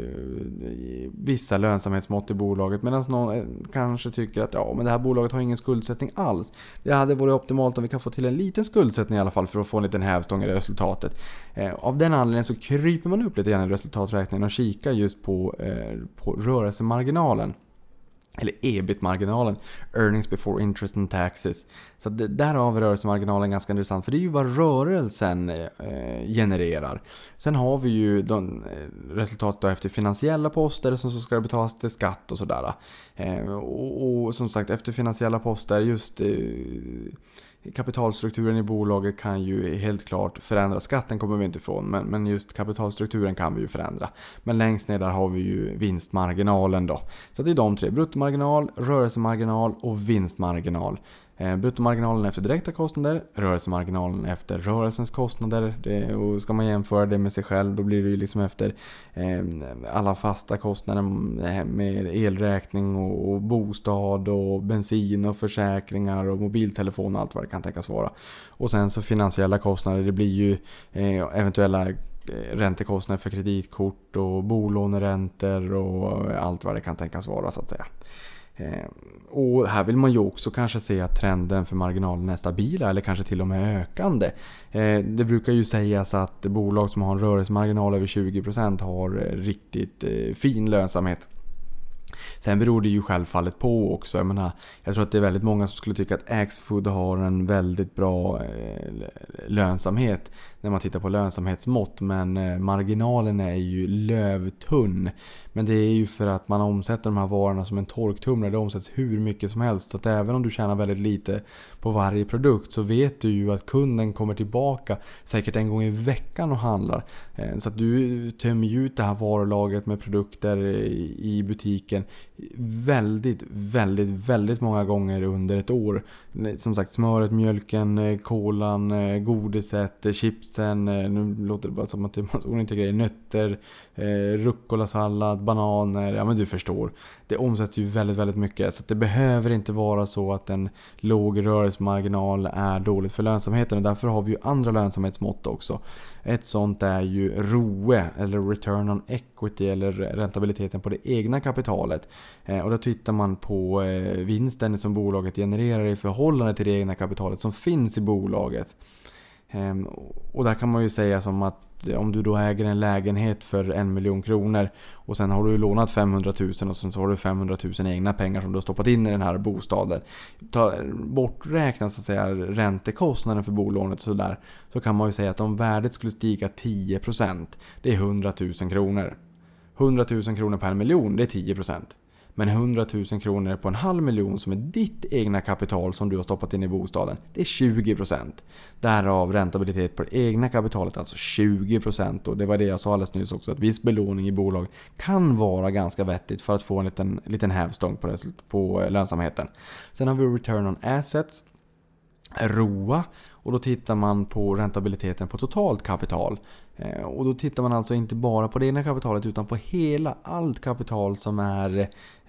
vissa lönsamhetsmått i bolaget, medan någon kanske tycker att ja, men det här bolaget har ingen skuldsättning alls. Det hade varit optimalt om vi kan få till en liten skuldsättning i alla fall för att få en liten hävstång i resultatet. Eh, av den anledningen så kryper man upp lite grann i resultaträkningen och kikar just på, eh, på rörelsemarginalen. Eller E B I T-marginalen, Earnings Before Interest and Taxes. Så det, där har vi rörelsemarginalen ganska intressant, för det är ju vad rörelsen eh, genererar. Sen har vi ju de, eh, resultat då efter finansiella poster som så ska det betalas till skatt och sådär. Eh, och, och som sagt, efter finansiella poster, just eh, kapitalstrukturen i bolaget kan ju helt klart förändra. Skatten kommer vi inte ifrån, men, men just kapitalstrukturen kan vi ju förändra. Men längst ner där har vi ju vinstmarginalen då. Så det är de tre: bruttomarginal, rörelsemarginal och vinstmarginal. Eh, bruttomarginalen efter direkta kostnader, rörelsemarginalen efter rörelsens kostnader. Det, och ska man jämföra det med sig själv, då blir det ju liksom efter eh, alla fasta kostnader med elräkning och, och bostad och bensin och försäkringar och mobiltelefon och allt vad det kan tänkas vara. Och sen så finansiella kostnader, det blir ju eh, eventuella räntekostnader för kreditkort och bolåneräntor och allt vad det kan tänkas vara, så att säga. Eh, och här vill man ju också kanske se att trenden för marginalen är stabila eller kanske till och med ökande. Eh, det brukar ju sägas att bolag som har en rörelsemarginal över tjugo procent har riktigt eh, fin lönsamhet. Sen beror det ju självfallet på också. Jag menar, jag tror att det är väldigt många som skulle tycka att Axfood har en väldigt bra eh, lönsamhet när man tittar på lönsamhetsmått, men eh, marginalen är ju lövtunn. Men det är ju för att man omsätter de här varorna som en torktumlare. Det omsätts hur mycket som helst, så att även om du tjänar väldigt lite på varje produkt så vet du ju att kunden kommer tillbaka säkert en gång i veckan och handlar. Eh, så att du tömmer ut det här varulaget med produkter i, i butiken väldigt, väldigt, väldigt många gånger under ett år. Som sagt, smöret, mjölken, kolan, godiset, chipsen, nu låter det bara som att det är massa olika grejer, nötter, rucola-sallad, bananer, ja men du förstår. Det omsätts ju väldigt, väldigt mycket, så att det behöver inte vara så att en låg rörelsemarginal är dåligt för lönsamheten, och därför har vi ju andra lönsamhetsmått också. Ett sånt är ju R O E, eller Return on Equity, eller rentabiliteten på det egna kapitalet. Eh, och då tittar man på eh, vinsten som bolaget genererar i förhållande till det egna kapitalet som finns i bolaget. Eh, och där kan man ju säga som att om du då äger en lägenhet för en miljon kronor och sen har du lånat femhundratusen och sen så har du femhundratusen egna pengar som du har stoppat in i den här bostaden. Ta borträknat så att säga räntekostnaden för bolånet så där, så kan man ju säga att om värdet skulle stiga tio procent, det är hundratusen kronor. hundratusen kronor per miljon, det är tio procent. Men hundratusen kronor på en halv miljon som är ditt egna kapital som du har stoppat in i bostaden, det är tjugo procent. Därav räntabilitet på det egna kapitalet, alltså tjugo procent. Och det var det jag sa alldeles nyss också, att viss belåning i bolag kan vara ganska vettigt för att få en liten, liten hävstång på, på lönsamheten. Sen har vi Return on Assets, R O A, och då tittar man på räntabiliteten på totalt kapital. Och då tittar man alltså inte bara på det egna kapitalet utan på hela allt kapital som är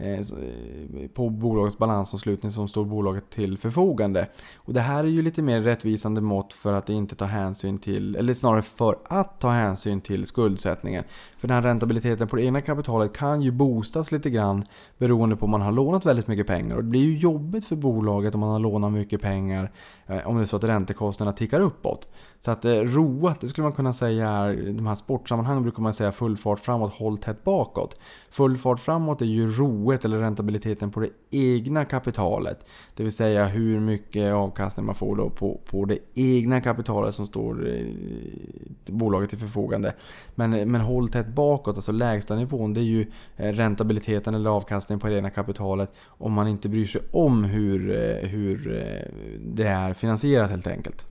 på bolagets balansomslutning som står bolaget till förfogande. Och det här är ju lite mer rättvisande mått för att det inte tar hänsyn till, eller snarare för att ta hänsyn till skuldsättningen. För den här räntabiliteten på det egna kapitalet kan ju boostas lite grann beroende på om man har lånat väldigt mycket pengar. Och det blir ju jobbigt för bolaget om man har lånat mycket pengar om det är så att räntekostnaderna tickar uppåt. Så att R O A, det skulle man kunna säga är, de här sportsammanhangen brukar man säga full fart framåt, håll tätt bakåt. Full fart framåt är ju R O E, eller räntabiliteten på det egna kapitalet. Det vill säga hur mycket avkastning man får då på, på det egna kapitalet som står i bolaget till förfogande. Men, men håll tätt bakåt, alltså lägsta nivån, det är ju räntabiliteten eller avkastningen på det egna kapitalet om man inte bryr sig om hur, hur det är finansierat helt enkelt.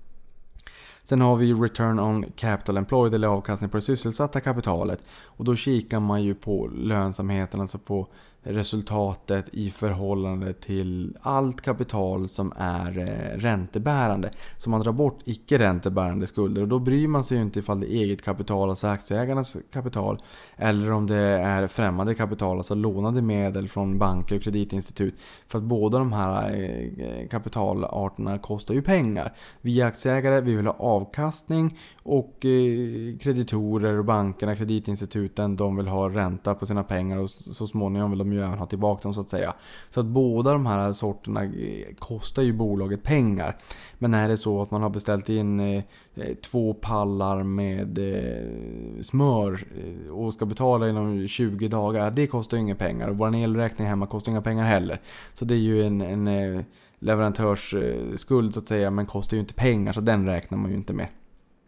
Sen har vi Return on Capital Employed, eller avkastning på det sysselsatta kapitalet. Och då kikar man ju på lönsamheten, alltså på resultatet i förhållande till allt kapital som är eh, räntebärande. Så man drar bort icke räntebärande skulder, och då bryr man sig ju inte ifall det är eget kapital, alltså aktieägarnas kapital, eller om det är främmande kapital, alltså lånade medel från banker och kreditinstitut. För att båda de här eh, kapitalarterna kostar ju pengar. Vi aktieägare, vi vill ha avkastning, och eh, kreditorer och bankerna, kreditinstituten, de vill ha ränta på sina pengar, och så småningom vill de ju även ha tillbaka dem, så att säga. Så att båda de här sorterna eh, kostar ju bolaget pengar. Men är det så att man har beställt in eh, två pallar med eh, smör eh, och ska betala inom tjugo dagar, det kostar ju inga pengar, och vår elräkning hemma kostar inga pengar heller. Så det är ju en, en eh, leverantörsskuld, så att säga, men kostar ju inte pengar, så den räknar man ju inte med.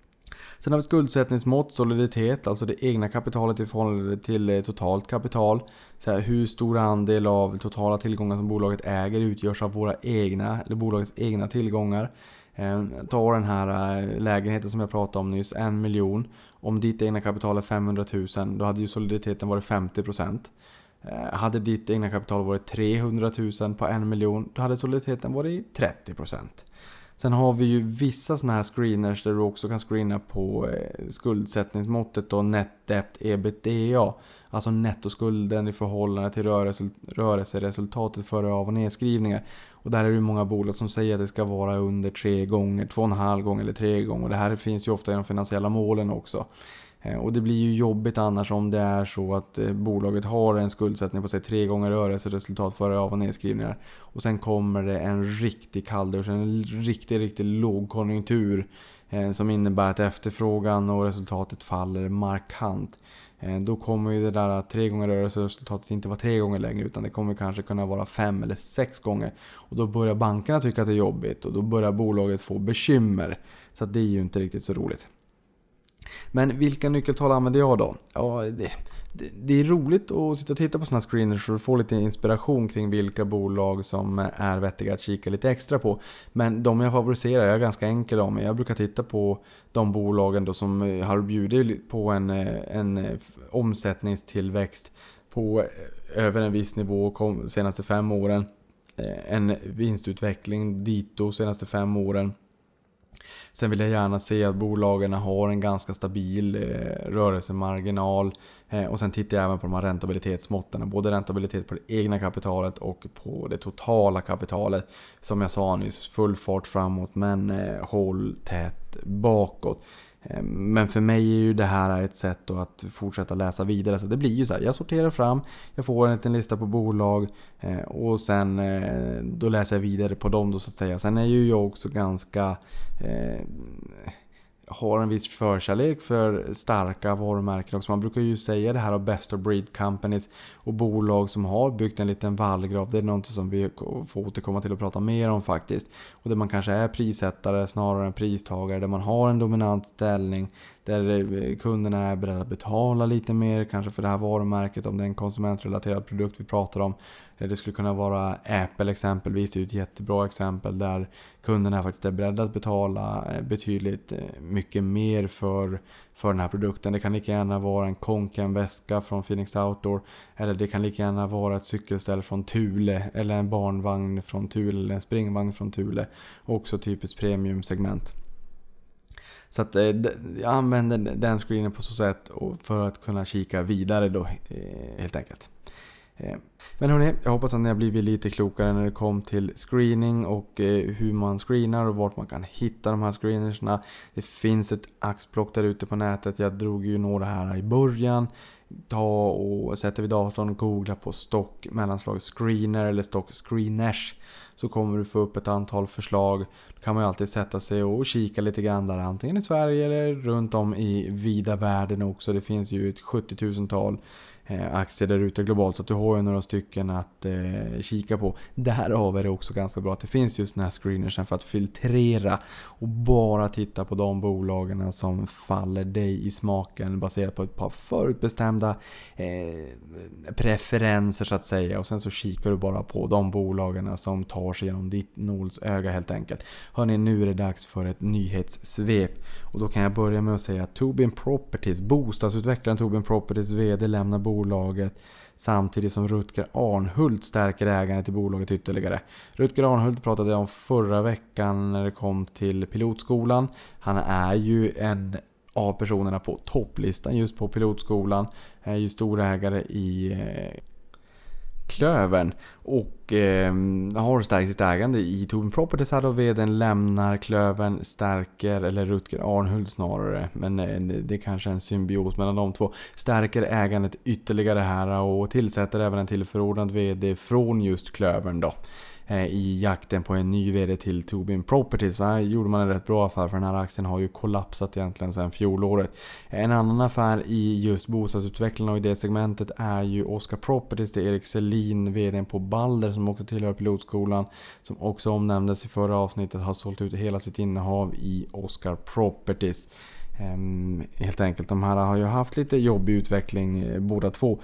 Sen har vi skuldsättningsmått, soliditet, alltså det egna kapitalet i förhållande till totalt kapital. Så här, hur stor andel av totala tillgångar som bolaget äger utgörs av våra egna, eller bolagets egna tillgångar. Eh, ta den här eh, lägenheten som jag pratade om nyss, en miljon. Om ditt egna kapital är femhundratusen, då hade ju soliditeten varit femtio procent. Eh, hade ditt egna kapital varit trehundratusen på en miljon, då hade soliditeten varit trettio procent. Sen har vi ju vissa såna här screeners där du också kan screena på eh, skuldsättningsmåttet då, net debt ebitda, alltså nettoskulden i förhållande till rörelse, rörelseresultatet före av- och nedskrivningar. Och där är det många bolag som säger att det ska vara under tre gånger, två och en halv gånger eller tre gånger. Och det här finns ju ofta i de finansiella målen också. Och det blir ju jobbigt annars om det är så att bolaget har en skuldsättning på sig tre gånger rörelseresultat före av- och nedskrivningar. Och sen kommer det en riktig kalldusch, en riktig, riktig lågkonjunktur eh, som innebär att efterfrågan och resultatet faller markant. Eh, då kommer ju det där att tre gånger rörelseresultatet inte vara tre gånger längre, utan det kommer kanske kunna vara fem eller sex gånger. Och då börjar bankerna tycka att det är jobbigt, och då börjar bolaget få bekymmer. Så att det är ju inte riktigt så roligt. Men vilka nyckeltal använder jag då? Ja, det, det, det är roligt att sitta och titta på såna screeners för att få lite inspiration kring vilka bolag som är vettiga att kika lite extra på. Men de jag favoriserar är ganska enkla om. Jag brukar titta på de bolagen då som har bjudit på en, en omsättningstillväxt på över en viss nivå de senaste fem åren. En vinstutveckling dito senaste fem åren. Sen vill jag gärna se att bolagen har en ganska stabil eh, rörelsemarginal. Eh, och sen tittar jag även på de här räntabilitetsmåtten. Både räntabilitet på det egna kapitalet och på det totala kapitalet. Som jag sa nyss, full fart framåt men eh, håll tätt bakåt. Eh, men för mig är ju det här ett sätt då att fortsätta läsa vidare. Så det blir ju så här, jag sorterar fram, jag får en liten lista på bolag. Eh, och sen eh, då läser jag vidare på dem då, så att säga. Sen är ju jag också ganska... Eh, har en viss förkärlek för starka varumärken också. Man brukar ju säga det här av best of breed companies och bolag som har byggt en liten vallgrav. Det är något som vi får återkomma till och prata mer om faktiskt. Och där man kanske är prissättare snarare än pristagare, där man har en dominant ställning, där kunderna är beredda att betala lite mer kanske för det här varumärket, om det är en konsumentrelaterad produkt vi pratar om. Det skulle kunna vara Apple exempelvis, det är ett jättebra exempel där kunderna faktiskt är beredda att betala betydligt mycket mer för, för den här produkten. Det kan lika gärna vara en Konken-väska från Phoenix Outdoor, eller det kan lika gärna vara ett cykelställ från Thule, eller en barnvagn från Thule, eller en springvagn från Thule. Också typiskt premiumsegment. Så att jag använder den screenen på så sätt för att kunna kika vidare då, helt enkelt. Men hörni, jag hoppas att ni har blivit lite klokare när det kom till screening och hur man screenar och vart man kan hitta de här screenersna. Det finns ett axplock där ute på nätet. Jag drog ju några här i början. Ta och sätter vid datorn och googla på stock mellanslag screener eller stock screeners, så kommer du få upp ett antal förslag. Då kan man ju alltid sätta sig och kika lite grann där, antingen i Sverige eller runt om i vida världen också. Det finns ju ett sjuttiotusental eh, aktier där ute globalt, så att du har ju några stycken att eh, kika på. Därav är det också ganska bra att det finns just den här screeners för att filtrera och bara titta på de bolagen som faller dig i smaken baserat på ett par förutbestämda bestämda eh, preferenser så att säga, och sen så kikar du bara på de bolagen som tar sig genom ditt nålsöga helt enkelt. Hörrni, nu är det dags för ett nyhetssvep, och då kan jag börja med att säga att Tobin Properties, bostadsutvecklaren Tobin Properties vd, lämnar bolaget samtidigt som Rutger Arnhult stärker ägandet i bolaget ytterligare. Rutger Arnhult pratade om förra veckan när det kom till pilotskolan. Han är ju en av personerna på topplistan just på pilotskolan. Han är ju storägare i eh, Klövern och eh, har stärkt sitt ägande i Tobin Properties. Här då vdn lämnar Klövern, stärker, eller Rutger Arnhult snarare, men eh, det är kanske en symbios mellan de två, stärker ägandet ytterligare här och tillsätter även en tillförordnad vd från just Klövern då, i jakten på en ny vd till Tobin Properties. Här gjorde man en rätt bra affär, för den här aktien har ju kollapsat egentligen sedan fjolåret. En annan affär i just bostadsutvecklarna och i det segmentet är ju Oscar Properties. Det är Erik Selin, vdn på Balder, som också tillhör pilotskolan, som också omnämndes i förra avsnittet, har sålt ut hela sitt innehav i Oscar Properties. Um, helt enkelt, de här har ju haft lite jobbig utveckling båda två.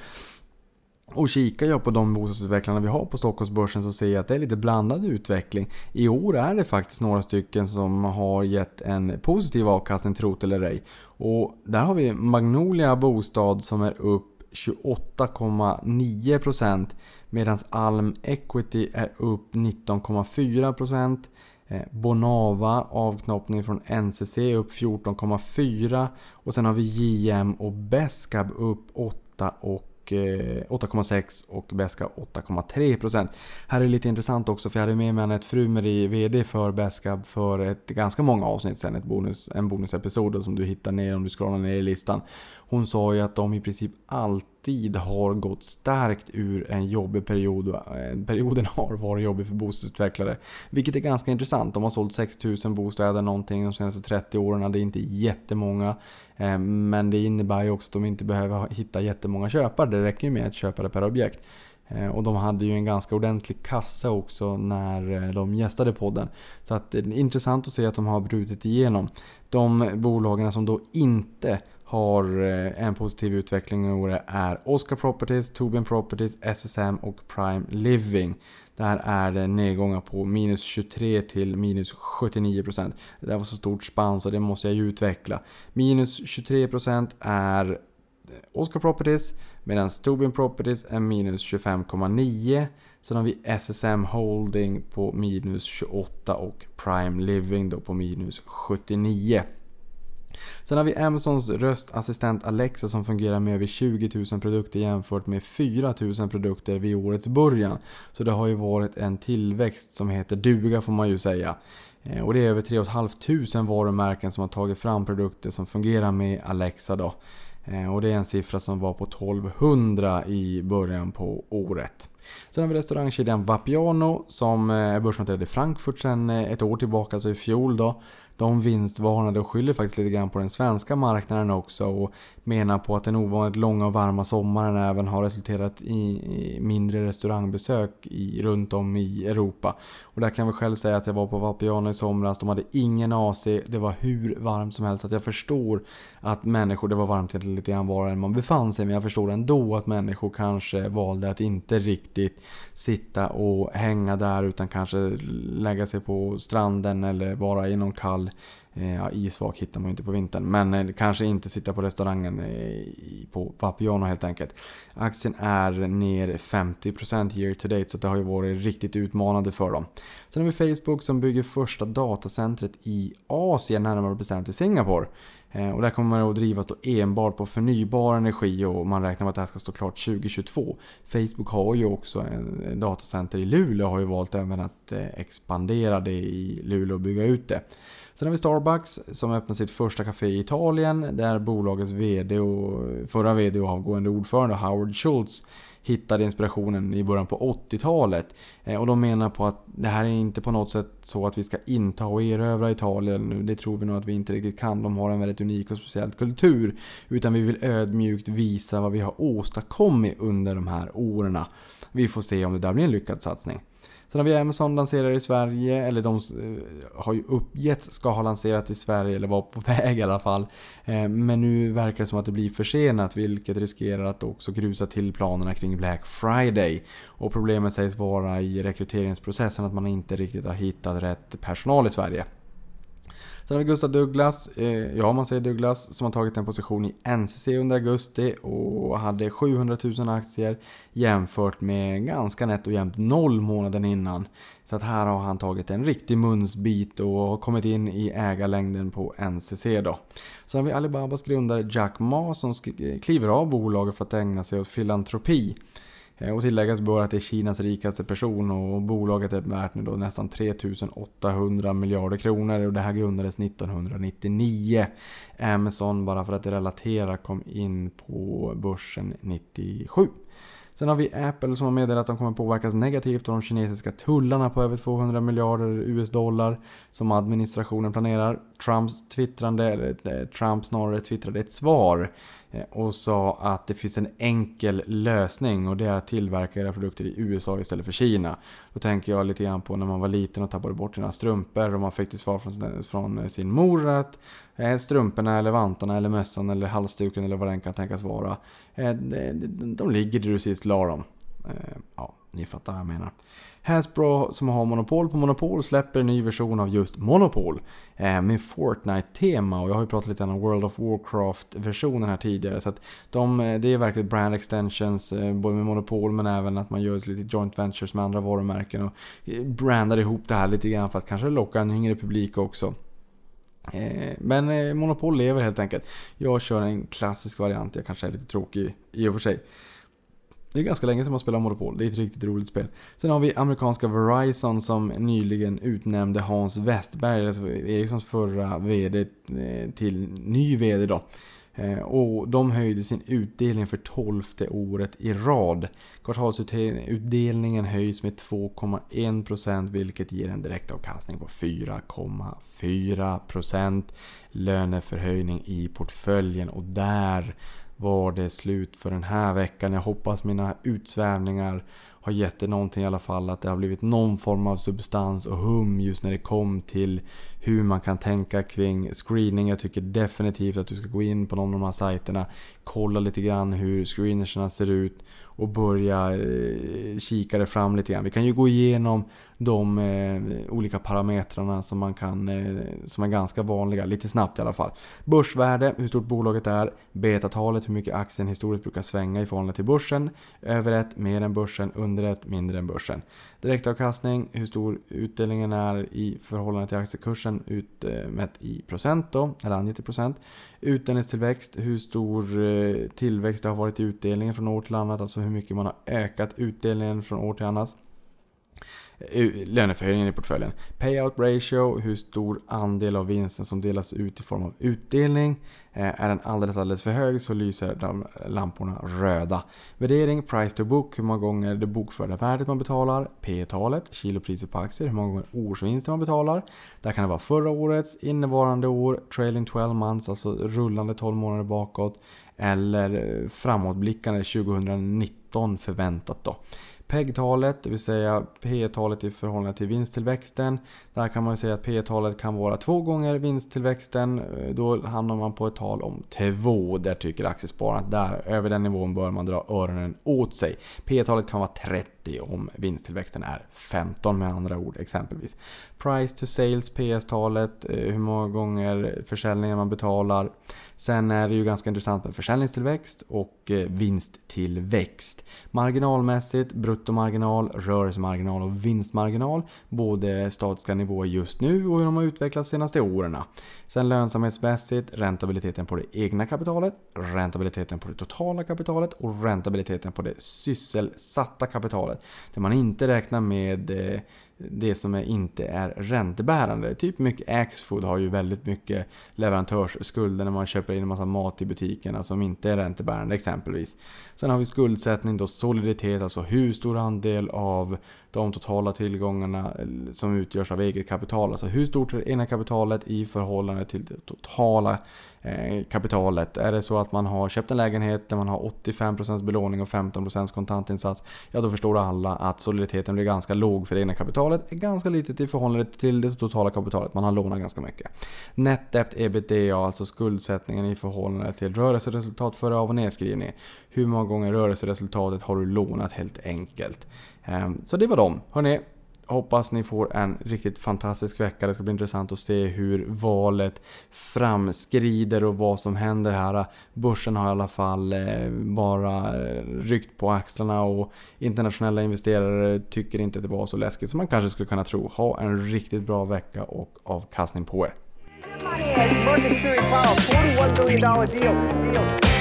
Och kikar jag på de bostadsutvecklarna vi har på Stockholmsbörsen så ser jag att det är lite blandad utveckling. I år är det faktiskt några stycken som har gett en positiv avkastning, trot eller ej. Och där har vi Magnolia Bostad som är upp tjugoåtta komma nio procent, medan Alm Equity är upp nitton komma fyra procent. Bonava, avknoppning från N C C, upp fjorton komma fyra, och sen har vi J M och Besqab upp åtta och åtta komma sex och Besqab åtta komma tre procent. Här är det lite intressant också, för jag hade med mig Anette Frumeri, vd för Besqab, för ett ganska många avsnitt sedan, ett bonus, en bonusepisod som du hittar ner om du scrollar ner i listan. Hon sa ju att de i princip alltid har gått starkt ur en jobbig period. Perioden har varit jobbig för bostadsutvecklare, vilket är ganska intressant. De har sålt sex tusen bostäder någonting de senaste trettio åren. Det är inte jättemånga, men det innebär ju också att de inte behöver hitta jättemånga köpare. Det räcker ju med att köpa det per objekt. Och de hade ju en ganska ordentlig kassa också när de gästade podden. Så att det är intressant att se att de har brutit igenom. De bolagen som då inte har en positiv utveckling i år är Oscar Properties, Tobin Properties, S S M och Prime Living. Där är det nedgångar på minus tjugotre till minus sjuttionio procent. Det där var så stort spann så det måste jag ju utveckla. Minus tjugotre procent är Oscar Properties, medan Tobin Properties är minus tjugofem komma nio. Så har vi S S M Holding på minus tjugoåtta och Prime Living då på minus sjuttionio. Sen har vi Amazons röstassistent Alexa som fungerar med över tjugo tusen produkter jämfört med fyra tusen produkter vid årets början. Så det har ju varit en tillväxt som heter duga, får man ju säga. Och det är över tre tusen femhundra varumärken som har tagit fram produkter som fungerar med Alexa då. Och det är en siffra som var på tolvhundra i början på året. Sen har vi restaurangkedjan Vapiano som är börsnoterad i Frankfurt sedan ett år tillbaka, alltså i fjol då. De vinstvarnade och skyller faktiskt lite grann på den svenska marknaden också och menar på att den ovanligt långa och varma sommaren även har resulterat i mindre restaurangbesök i, runt om i Europa. Och där kan vi själv säga att jag var på Vapiano i somras, de hade ingen A C, det var hur varmt som helst, att jag förstår att människor, det var varmt lite grann var än man befann sig, men jag förstår ändå att människor kanske valde att inte riktigt sitta och hänga där utan kanske lägga sig på stranden eller vara i någon kall Ja, isvak hittar man ju inte på vintern, men eh, kanske inte sitta på restaurangen eh, på Vapiano helt enkelt. Aktien är ner femtio procent year to date, så det har ju varit riktigt utmanande för dem. Sen har vi Facebook som bygger första datacentret i Asien, närmare bestämt i Singapore. Eh, och där kommer man att drivas då enbart på förnybar energi och man räknar med att det här ska stå klart tjugo tjugotvå. Facebook har ju också en datacenter i Luleå och har ju valt även att eh, expandera det i Luleå och bygga ut det. Sen har vi Starbucks som öppnar sitt första café i Italien, där bolagets vd och förra vd och avgående ordförande Howard Schultz hittade inspirationen i början på åttiotalet. Eh, och de menar på att det här är inte på något sätt så att vi ska inta och erövra Italien. Det tror vi nog att vi inte riktigt kan. De har en väldigt unik och speciell kultur. Utan vi vill ödmjukt visa vad vi har åstadkommit under de här åren. Vi får se om det där blir en lyckad satsning. Sen har vi Amazon lanserar i Sverige, eller de har ju uppgetts ska ha lanserat i Sverige, eller var på väg i alla fall. Men nu verkar det som att det blir försenat, vilket riskerar att också grusa till planerna kring Black Friday. Och problemet sägs vara i rekryteringsprocessen att man inte riktigt har hittat rätt personal i Sverige. Sen har vi Gustav Douglas, eh, ja man säger Douglas, som har tagit en position i N C C under augusti och hade sjuhundratusen aktier jämfört med ganska nätt och jämnt noll månaden innan. Så att här har han tagit en riktig munsbit och har kommit in i ägarlängden på N C C då. Sen har vi Alibabas grundare Jack Ma som kliver av bolaget för att ägna sig åt filantropi. Och tilläggas bör att det är Kinas rikaste person och bolaget är värt nu då nästan tre tusen åttahundra miljarder kronor och det här grundades nittonhundranittionio. Amazon, bara för att det relaterar, kom in på börsen nittiosju. Sen har vi Apple som har meddelat att de kommer påverkas negativt av de kinesiska tullarna på över tvåhundra miljarder U S-dollar som administrationen planerar. Trumps twittrande, eller Trump snarare twittrade ett svar och sa att det finns en enkel lösning och det är att tillverka era produkter i U S A istället för Kina. Då tänker jag lite grann på när man var liten och tappade bort sina strumpor och man fick ett svar från sin, från sin mor att eh, strumporna eller vantarna eller mössan eller halsduken eller vad den kan tänkas vara, eh, de, de, de ligger där du sist la dem. Eh, ja, ni fattar vad jag menar. Hasbro som har monopol på Monopol släpper en ny version av just Monopol eh, med Fortnite-tema och jag har ju pratat lite om World of Warcraft-versionen här tidigare så att de, det är verkligen brand extensions eh, både med Monopol men även att man gör lite joint ventures med andra varumärken och brandar ihop det här lite grann för att kanske locka en yngre publik också. Eh, men eh, Monopol lever helt enkelt. Jag kör en klassisk variant, jag kanske är lite tråkig i och för sig. Det är ganska länge som man spelar Monopol. Det är ett riktigt roligt spel. Sen har vi amerikanska Verizon som nyligen utnämnde Hans Westberg, alltså Ericssons förra vd, till ny vd då. Och de höjde sin utdelning för tolfte året i rad. Kvartalsutdelningen höjs med två komma en procent vilket ger en direktavkastning på fyra komma fyra procent. Löneförhöjning i portföljen och där var det slut för den här veckan. Jag hoppas mina utsvävningar har gett det någonting i alla fall. Att det har blivit någon form av substans och hum just när det kom till hur man kan tänka kring screening. Jag tycker definitivt att du ska gå in på någon av de här sajterna. Kolla lite grann hur screenerserna ser ut. Och börja eh, kika det fram lite grann. Vi kan ju gå igenom de eh, olika parametrarna som man kan eh, som är ganska vanliga. Lite snabbt i alla fall. Börsvärde, hur stort bolaget är. Beta-talet, hur mycket aktien historiskt brukar svänga i förhållande till börsen. Över ett, mer än börsen. Under ett, mindre än börsen. Direktavkastning, hur stor utdelningen är i förhållande till aktiekursen. Utmätt i procent då. Eller angett i procent. Utdelningstillväxt, hur stor eh, tillväxt det har varit i utdelningen från år till annat. Alltså hur mycket man har ökat utdelningen från år till annat. Löneförhöjningen i portföljen. Payout ratio, hur stor andel av vinsten som delas ut i form av utdelning. Är den alldeles alldeles för hög så lyser de lamporna röda. Värdering, price to book, hur många gånger det bokförda värdet man betalar. P-talet, kilopriser på aktier, hur många gånger årsvinsten man betalar. Där kan det vara förra årets, innevarande år, trailing tolv months, alltså rullande tolv månader bakåt. Eller framåtblickande tjugonitton förväntat då. P E G-talet, det vill säga P-talet i förhållande till vinsttillväxten. Där kan man säga att P-talet kan vara två gånger vinsttillväxten. Då hamnar man på ett tal om två. Där tycker aktiespararna där över den nivån bör man dra öronen åt sig. P-talet kan vara trettio om vinsttillväxten är femton med andra ord exempelvis. Price to sales, P S-talet, hur många gånger försäljningen man betalar. Sen är det ju ganska intressant med försäljningstillväxt och vinsttillväxt. Marginalmässigt, bruttomarginal, rörelsemarginal och vinstmarginal. Både statiska nivåer just nu och hur de har utvecklats senaste åren. Sen lönsamhetsmässigt, räntabiliteten på det egna kapitalet, räntabiliteten på det totala kapitalet och räntabiliteten på det sysselsatta kapitalet. Där man inte räknar med det som är, inte är räntebärande. Typ mycket Axfood har ju väldigt mycket leverantörsskulder när man köper in en massa mat i butikerna som inte är räntebärande exempelvis. Sen har vi skuldsättning då, soliditet, alltså hur stor andel av de totala tillgångarna som utgörs av eget kapital. Alltså hur stort är det egna kapitalet i förhållande till det totala eh, kapitalet. Är det så att man har köpt en lägenhet där man har åttiofem procent belåning och femton procent kontantinsats, ja då förstår alla att soliditeten blir ganska låg för det egna kapitalet. Är ganska litet i förhållande till det totala kapitalet. Man har lånat ganska mycket. Net debt ebitda, alltså skuldsättningen i förhållande till rörelseresultat före av- och nedskrivning. Hur många gånger rörelseresultatet har du lånat helt enkelt. Så det var dem. Hörrni, hoppas ni får en riktigt fantastisk vecka. Det ska bli intressant att se hur valet framskrider och vad som händer här. Börsen har i alla fall bara ryckt på axlarna och internationella investerare tycker inte att det var så läskigt som man kanske skulle kunna tro. Ha en riktigt bra vecka och avkastning på er. Mercury Power, forty-one billion dollars deal. deal.